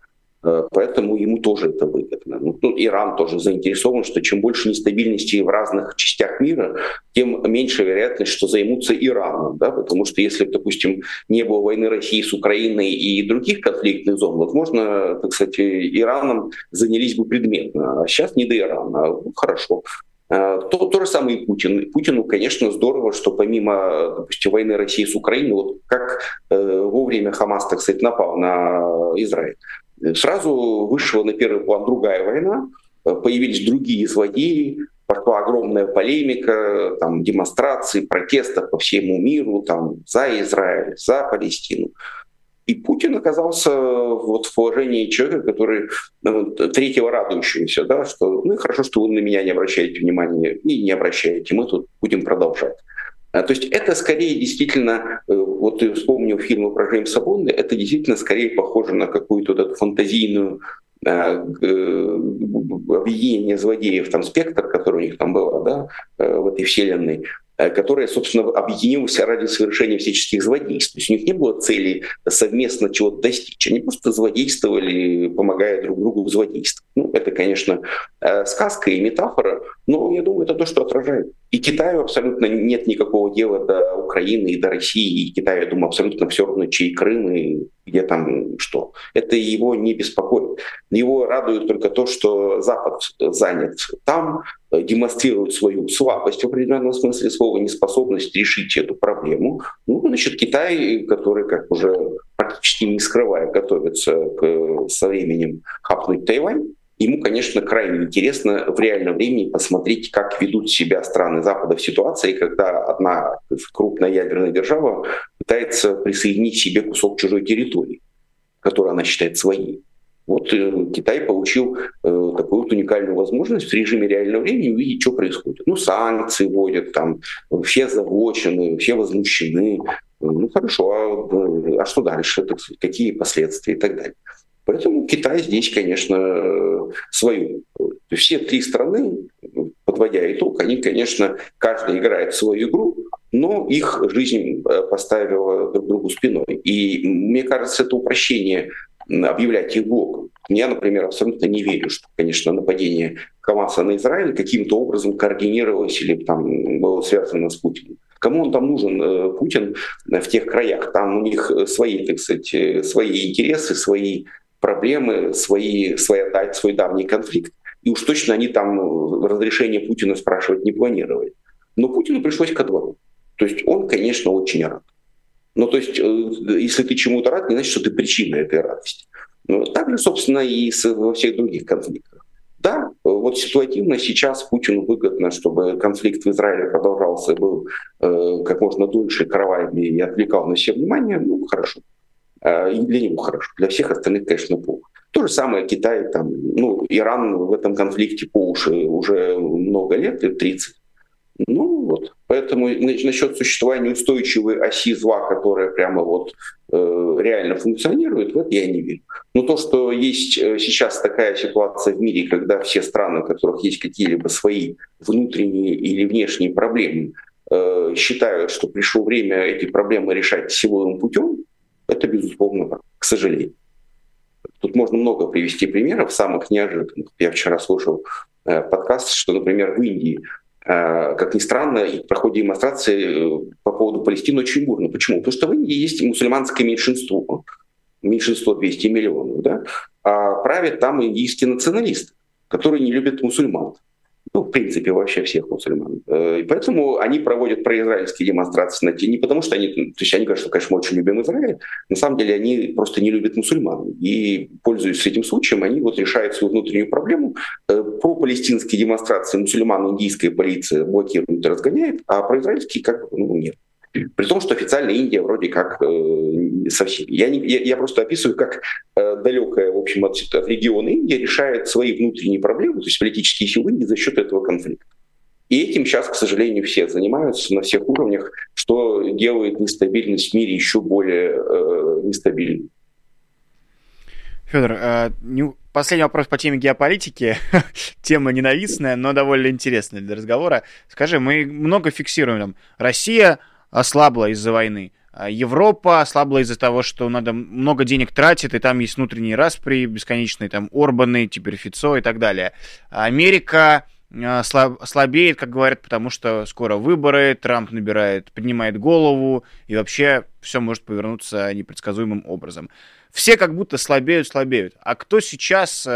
Поэтому ему тоже это выгодно. Иран тоже заинтересован, что чем больше нестабильности в разных частях мира, тем меньше вероятность, что займутся Ираном. Да? Потому что если, допустим, не было войны России с Украиной и других конфликтных зон, возможно, так сказать, Ираном занялись бы предметно. А сейчас не до Ирана. Хорошо. То же самое и Путин. Путину, конечно, здорово, что помимо, допустим, войны России с Украиной, вот как вовремя Хамас, так сказать, напал на Израиль, сразу вышла на первый план другая война, появились другие злодеи, пошла огромная полемика, там, демонстрации, протесты по всему миру, там, за Израиль, за Палестину. И Путин оказался вот в положении человека, который третьего радующегося, да, что ну и хорошо, что вы на меня не обращаете внимания, и не обращаете, мы тут будем продолжать. То есть это скорее действительно, вот ты вспомнил фильмы про Джеймса Бонда, это действительно скорее похоже на какую-то вот эту фантазийную объединение злодеев, там «Спектр», который у них там было, да, в этой вселенной, которая, собственно, объединилась ради совершения всяческих злодейств. То есть у них не было цели совместно чего-то достичь. Они просто злодействовали, помогая друг другу в злодействе. Ну, это, конечно, сказка и метафора, но я думаю, это то, что отражает. И Китаю абсолютно нет никакого дела до Украины и до России. И Китаю, я думаю, абсолютно все равно, чей Крым и где там что. Это его не беспокоит. Его радует только то, что Запад занят там, демонстрирует свою слабость в определенном смысле слова, неспособность решить эту проблему. Ну, значит, Китай, который, как уже практически не скрывая, готовится со временем хапнуть Тайвань, ему, конечно, крайне интересно в реальном времени посмотреть, как ведут себя страны Запада в ситуации, когда одна крупная ядерная держава пытается присоединить к себе кусок чужой территории, которую она считает своей. Вот Китай получил такую вот уникальную возможность в режиме реального времени увидеть, что происходит. Ну, санкции вводят, там, все озабочены, все возмущены. Ну, хорошо, а что дальше? Так сказать, какие последствия и так далее. Поэтому Китай здесь, конечно, свою. Все три страны, подводя итог, они, конечно, каждый играет свою игру, но их жизнь поставила друг другу спиной. И мне кажется, это упрощение объявлять их блоком. Я, например, абсолютно не верю, что, конечно, нападение Хамаса на Израиль каким-то образом координировалось или там было связано с Путиным. Кому он там нужен, Путин, в тех краях? Там у них свои, так сказать, свои интересы, свои проблемы, свой давний конфликт. И уж точно они там разрешение Путина спрашивать не планировали. Но Путину пришлось ко двору. То есть он, конечно, очень рад. Ну, то есть, если ты чему-то рад, не значит, что ты причина этой радости. Так же, собственно, и во всех других конфликтах. Да, вот ситуативно сейчас Путину выгодно, чтобы конфликт в Израиле продолжался, был как можно дольше, кровавее и отвлекал на себя внимание. Ну, хорошо. И для него хорошо. Для всех остальных, конечно, плохо. То же самое Китай, там, ну, Иран в этом конфликте по уши уже много лет, лет 30. Ну вот, поэтому насчет существования устойчивой оси зла, которая прямо вот реально функционирует, в это я не верю. Но то, что есть сейчас такая ситуация в мире, когда все страны, у которых есть какие-либо свои внутренние или внешние проблемы, считают, что пришло время эти проблемы решать силовым путем, это безусловно так, к сожалению. Тут можно много привести примеров, самых неожиданных. Я вчера слушал подкаст, что, например, в Индии, как ни странно, проходят демонстрации по поводу Палестины очень бурно. Почему? Потому что в Индии есть мусульманское меньшинство 200 миллионов, да? А правят там индийские националисты, которые не любят мусульман. Ну, в принципе, вообще всех мусульман. И поэтому они проводят произраильские демонстрации не потому, что они... То есть они говорят, что, конечно, мы очень любим Израиль. На самом деле они просто не любят мусульман. И, пользуясь этим случаем, они вот решают свою внутреннюю проблему. Про палестинские демонстрации мусульман индийская полиция блокирует и разгоняет, а про израильские как бы нет. При том, что официально Индия вроде как совсем... Я просто описываю, как далекая, в общем, от региона Индия решает свои внутренние проблемы, то есть политические силы Индии за счет этого конфликта. И этим сейчас, к сожалению, все занимаются на всех уровнях, что делает нестабильность в мире еще более нестабильной. Федор, последний вопрос по теме геополитики. Тема ненавистная, но довольно интересная для разговора. Скажи, мы много фиксируем, там, Россия ослабла из-за войны, Европа ослабла из-за того, что надо много денег тратить, и там есть внутренние распри бесконечные, там Орбаны, теперь Фицо и так далее. Америка слабеет, как говорят, потому что скоро выборы, Трамп поднимает голову, и вообще все может повернуться непредсказуемым образом. Все как будто слабеют. А кто сейчас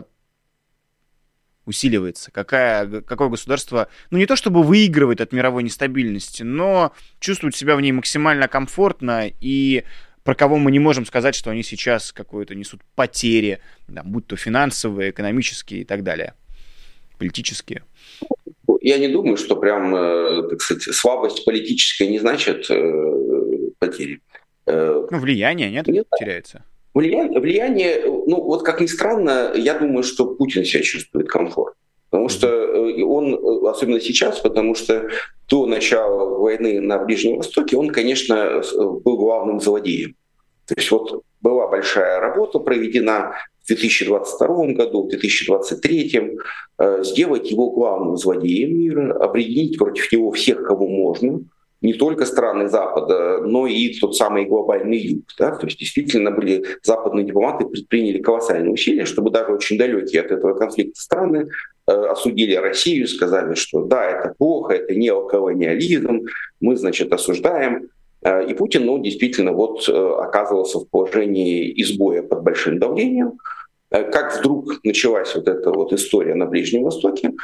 усиливается? Какое государство, не то чтобы выигрывает от мировой нестабильности, но чувствует себя в ней максимально комфортно, и про кого мы не можем сказать, что они сейчас какое-то несут потери, будь то финансовые, экономические и так далее, политические. Я не думаю, что прям, так сказать, слабость политическая не значит потери. Влияние, нет? Теряется. Влияние, вот как ни странно, я думаю, что Путин себя чувствует комфортно. Потому что он, особенно сейчас, потому что до начала войны на Ближнем Востоке он, конечно, был главным злодеем. То есть вот была большая работа проведена в 2022 году, в 2023, сделать его главным злодеем мира, объединить против него всех, кого можно, не только страны Запада, но и тот самый глобальный Юг. Да? То есть действительно западные дипломаты предприняли колоссальные усилия, чтобы даже очень далекие от этого конфликта страны осудили Россию, сказали, что да, это плохо, это неоколониализм, мы, значит, осуждаем. И Путин, действительно, оказывался в положении изгоя под большим давлением. Как вдруг началась вот эта история на Ближнем Востоке,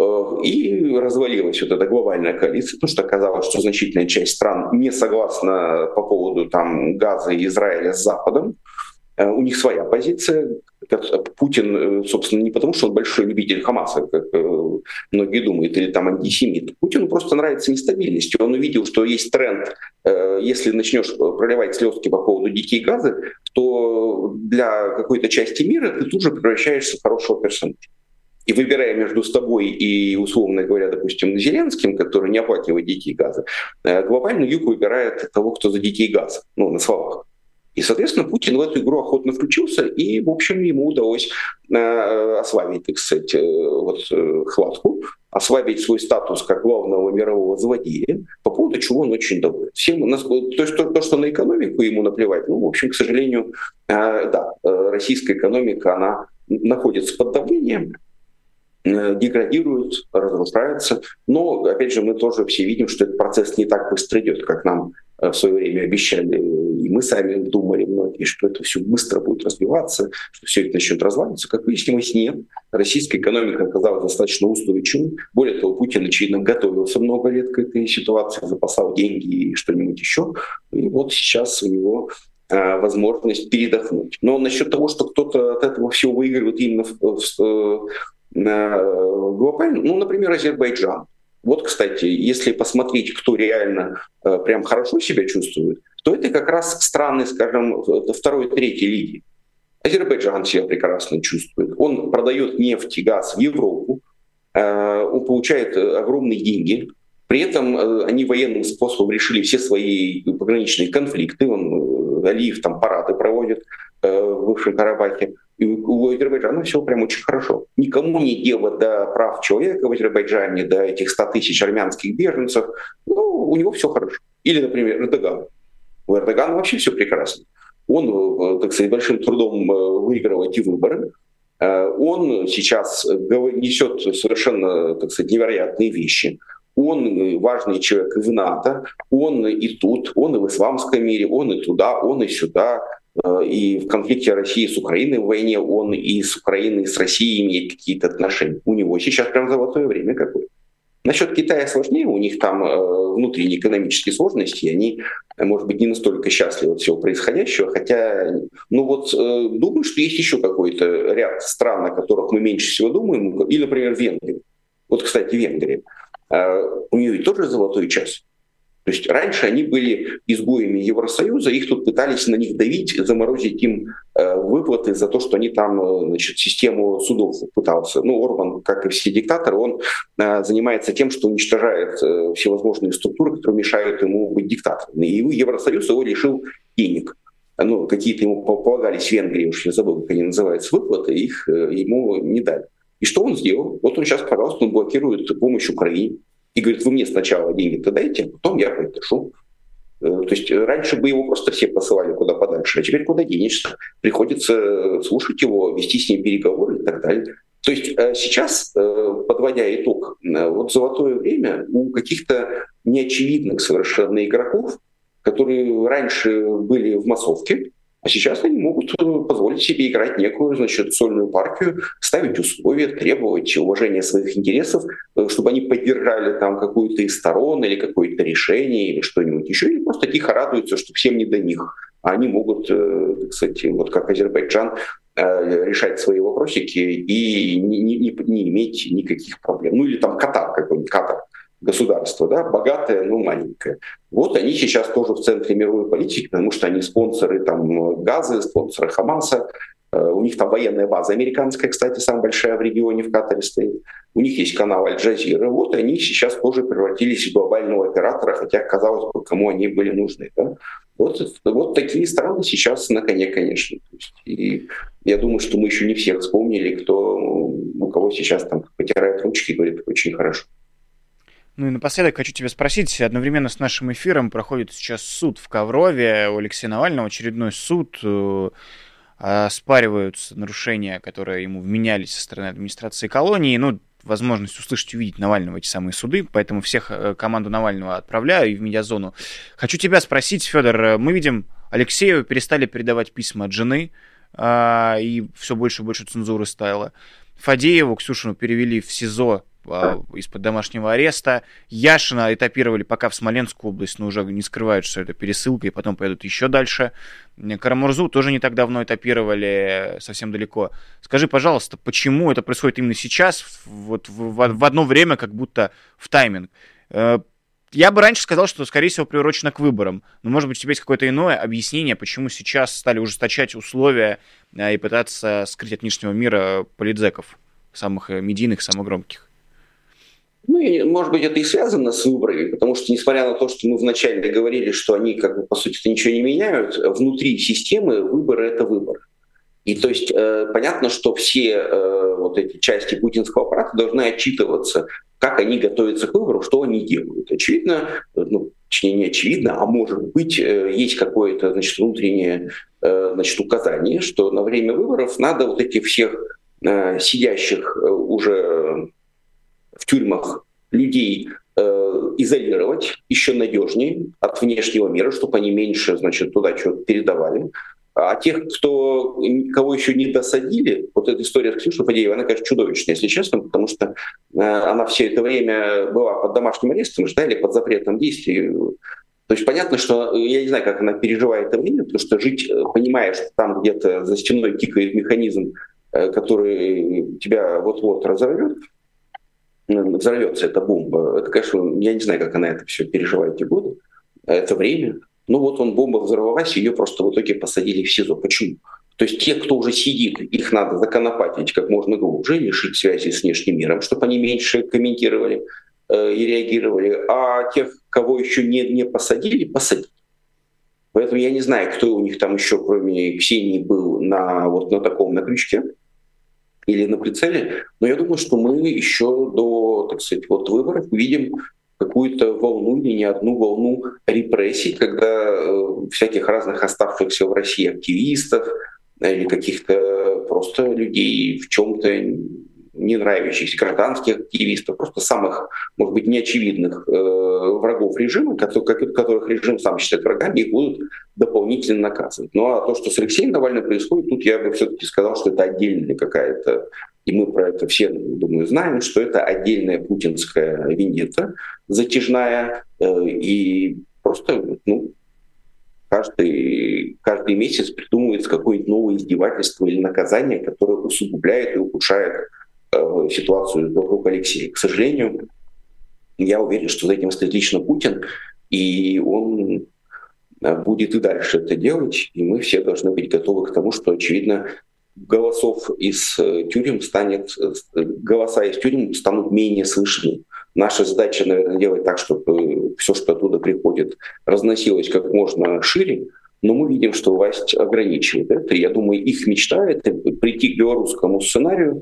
и развалилась вот эта глобальная коалиция, потому что оказалось, что значительная часть стран не согласна по поводу Газа и Израиля с Западом. У них своя позиция. Путин, собственно, не потому, что он большой любитель Хамаса, как многие думают, или антисемит. Путину просто нравится нестабильность. Он увидел, что есть тренд, если начнешь проливать слезки по поводу детей Газа, то для какой-то части мира ты тут же превращаешься в хорошего персонажа. И выбирая между собой и, условно говоря, допустим, Зеленским, который не оплакивает детей Газа, глобальный Юг выбирает того, кто за детей Газа, на словах. И, соответственно, Путин в эту игру охотно включился, и, в общем, ему удалось ослабить, так сказать, хватку, ослабить свой статус как главного мирового злодея, по поводу чего он очень доволен. То, что на экономику ему наплевать, в общем, к сожалению, российская экономика, она находится под давлением, деградирует, разрушается. Но, опять же, мы тоже все видим, что этот процесс не так быстро идет, как нам в свое время обещали. И мы сами думали многие, что это все быстро будет развиваться, что все это начнет разваливаться. Как выяснилось, нет. Российская экономика оказалась достаточно устойчивой. Более того, Путин, очевидно, готовился много лет к этой ситуации, запасал деньги и что-нибудь еще. И вот сейчас у него возможность передохнуть. Но насчет того, что кто-то от этого всего выигрывает именно глобально, например, Азербайджан. Кстати, если посмотреть, кто реально прям хорошо себя чувствует, то это как раз страны, скажем, второй, третьей лиги. Азербайджан себя прекрасно чувствует. Он продает нефть и газ в Европу, он получает огромные деньги. При этом они военным способом решили все свои пограничные конфликты. Алиев парады проводит в бывшем Карабахе. И у Азербайджана все прям очень хорошо. Никому не дело до прав человека в Азербайджане, до этих 100 тысяч армянских беженцев. У него все хорошо. Или, например, Эрдоган. У Эрдогана вообще все прекрасно. Он, так сказать, большим трудом выиграл эти выборы. Он сейчас несет совершенно, так сказать, невероятные вещи. Он важный человек и в НАТО, он и тут, он и в исламском мире, он и туда, он и сюда. И в конфликте России с Украиной в войне он и с Украиной, и с Россией имеет какие-то отношения. У него сейчас прям золотое время какое-то. Насчет Китая сложнее, у них там внутренние экономические сложности, они, может быть, не настолько счастливы от всего происходящего, хотя, думаю, что есть еще какой-то ряд стран, о которых мы меньше всего думаем, или, например, Венгрия. Кстати, Венгрия. У нее и тоже золотой час. То есть раньше они были изгоями Евросоюза, их тут пытались на них давить, заморозить им выплаты за то, что они там, систему судов пытался. Орбан, как и все диктаторы, он занимается тем, что уничтожает всевозможные структуры, которые мешают ему быть диктатором. И Евросоюз его лишил денег. Какие-то ему полагались в Венгрии, уж я забыл, как они называются, выплаты, их ему не дали. И что он сделал? Он сейчас, пожалуйста, он блокирует помощь Украине. И говорит, вы мне сначала деньги-то дайте, а потом я подпишу. То есть раньше бы его просто все посылали куда подальше, а теперь куда денешься? Приходится слушать его, вести с ним переговоры и так далее. То есть сейчас, подводя итог, вот золотое время у каких-то неочевидных совершенно игроков, которые раньше были в массовке, а сейчас они могут позволить себе играть некую, значит, сольную партию, ставить условия, требовать уважения своих интересов, чтобы они поддержали там какую-то из сторон или какое-то решение или что-нибудь еще, или просто тихо радуются, что всем не до них. А они могут, кстати, вот как Азербайджан, решать свои вопросики и не иметь никаких проблем. Ну или там Катар какой-нибудь, Катар. Государство, да, богатое, но маленькое. Вот они сейчас тоже в центре мировой политики, потому что они спонсоры там Газы, спонсоры Хамаса. У них там военная база американская, кстати, самая большая в регионе в Катаре стоит. У них есть канал Аль-Джазира. Вот они сейчас тоже превратились в глобального оператора, хотя, казалось бы, кому они были нужны. Да? Вот такие страны сейчас на коне, конечно. И я думаю, что мы еще не всех вспомнили, у кого сейчас там потирает ручки и говорит, очень хорошо. Ну и напоследок хочу тебя спросить, одновременно с нашим эфиром проходит сейчас суд в Коврове у Алексея Навального, очередной суд, оспариваются нарушения, которые ему вменялись со стороны администрации колонии, возможность услышать, увидеть Навального эти самые суды, поэтому всех команду Навального отправляю и в медиазону. Хочу тебя спросить, Федор, мы видим, Алексею перестали передавать письма от жены, и все больше и больше цензуры стало. Фадееву, Ксюшину перевели в СИЗО из-под домашнего ареста. Яшина этапировали пока в Смоленскую область, но уже не скрывают, что это пересылка, и потом поедут еще дальше. Карамурзу тоже не так давно этапировали, совсем далеко. Скажи, пожалуйста, почему это происходит именно сейчас, вот в одно время, как будто в тайминг? Я бы раньше сказал, что, скорее всего, приурочено к выборам. Но, может быть, у тебя есть какое-то иное объяснение, почему сейчас стали ужесточать условия и пытаться скрыть от внешнего мира политзеков, самых медийных, самых громких? Может быть, это и связано с выборами, потому что, несмотря на то, что мы вначале говорили, что они, по сути-то, ничего не меняют, внутри системы выборы — это выбор. И то есть понятно, что все вот эти части путинского аппарата должны отчитываться, как они готовятся к выбору, что они делают. Очевидно, точнее не очевидно, а может быть, есть какое-то, внутреннее, указание, что на время выборов надо вот этих всех сидящих уже в тюрьмах людей изолировать еще надежнее от внешнего мира, чтобы они меньше, туда что-то передавали. А тех, кого еще не досадили, вот эта история с Ксюшей Фадеевой, она, конечно, чудовищная, если честно, потому что она все это время была под домашним арестом, ждали под запретом действий. То есть понятно, что я не знаю, как она переживает это время, потому что жить, понимая, что там где-то за стеной тикает механизм, который тебя вот-вот взорвется эта бомба. Это, конечно, я не знаю, как она это все переживает эти годы, это время. Бомба взорвалась, ее просто в итоге посадили в СИЗО. Почему? То есть те, кто уже сидит, их надо законопатить как можно глубже, лишить связи с внешним миром, чтобы они меньше комментировали и реагировали. А тех, кого еще не посадили, посадили. Поэтому я не знаю, кто у них там еще, кроме Ксении, был на таком крючке или на прицеле, но я думаю, что мы еще до, выборов увидим какую-то волну или не одну волну репрессий, когда всяких разных оставшихся в России активистов или каких-то просто людей в чем-то не нравящихся, гражданских активистов, просто самых, может быть, неочевидных врагов режима, которых режим сам считает врагами, их будут дополнительно наказывать. Ну а то, что с Алексеем Навальным происходит, тут я бы все-таки сказал, что это отдельная какая-то, и мы про это все, думаю, знаем, что это отдельная путинская вендетта затяжная, и просто, каждый месяц придумывается какое-нибудь новое издевательство или наказание, которое усугубляет и ухудшает ситуацию вокруг Алексея. К сожалению, я уверен, что за этим стоит лично Путин, и он будет и дальше это делать, и мы все должны быть готовы к тому, что, очевидно, голоса из тюрем станут менее слышны. Наша задача, наверное, делать так, чтобы все, что оттуда приходит, разносилось как можно шире, но мы видим, что власть ограничивает это. Я думаю, их мечта — это прийти к белорусскому сценарию,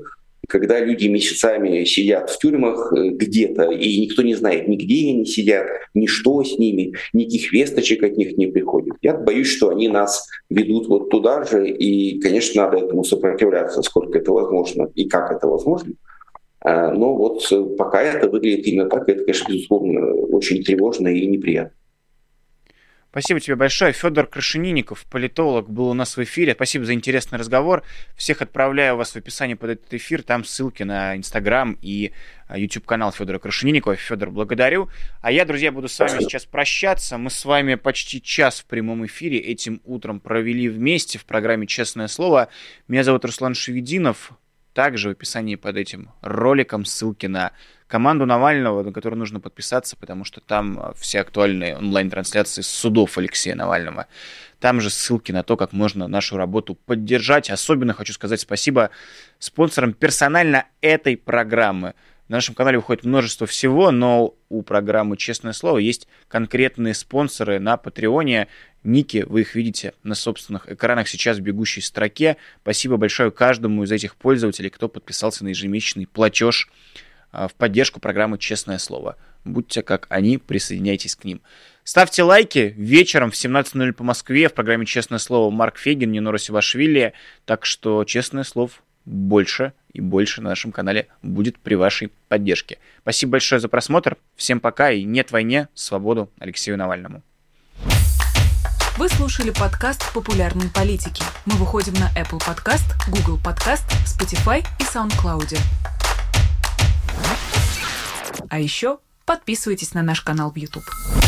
когда люди месяцами сидят в тюрьмах где-то, и никто не знает, ни где они сидят, ни что с ними, никаких весточек от них не приходит. Я боюсь, что они нас ведут вот туда же, и, конечно, надо этому сопротивляться, сколько это возможно и как это возможно. Но вот пока это выглядит именно так, это, конечно, безусловно, очень тревожно и неприятно. Спасибо тебе большое. Федор Крашенинников, политолог, был у нас в эфире. Спасибо за интересный разговор. Всех отправляю вас в описание под этот эфир. Там ссылки на Инстаграм и YouTube-канал Федора Крашенинникова. Федор, благодарю. А я, друзья, буду с вами сейчас прощаться. Мы с вами почти час в прямом эфире этим утром провели вместе в программе «Честное слово». Меня зовут Руслан Шевединов. Также в описании под этим роликом ссылки на команду Навального, на которую нужно подписаться, потому что там все актуальные онлайн-трансляции судов Алексея Навального. Там же ссылки на то, как можно нашу работу поддержать. Особенно хочу сказать спасибо спонсорам персонально этой программы. На нашем канале выходит множество всего, но у программы «Честное слово» есть конкретные спонсоры на Патреоне. Ники, вы их видите на собственных экранах сейчас в бегущей строке. Спасибо большое каждому из этих пользователей, кто подписался на ежемесячный платеж в поддержку программы «Честное слово». Будьте как они, присоединяйтесь к ним. Ставьте лайки. Вечером в 17:00 по Москве в программе «Честное слово» Марк Фегин, Нино Росивашвили. Так что «Честное слово» больше и больше на нашем канале будет при вашей поддержке. Спасибо большое за просмотр. Всем пока и нет войне, свободу Алексею Навальному. Вы слушали подкаст «Популярные политики». Мы выходим на Apple Podcast, Google Podcast, Spotify и SoundCloud. А еще подписывайтесь на наш канал в YouTube.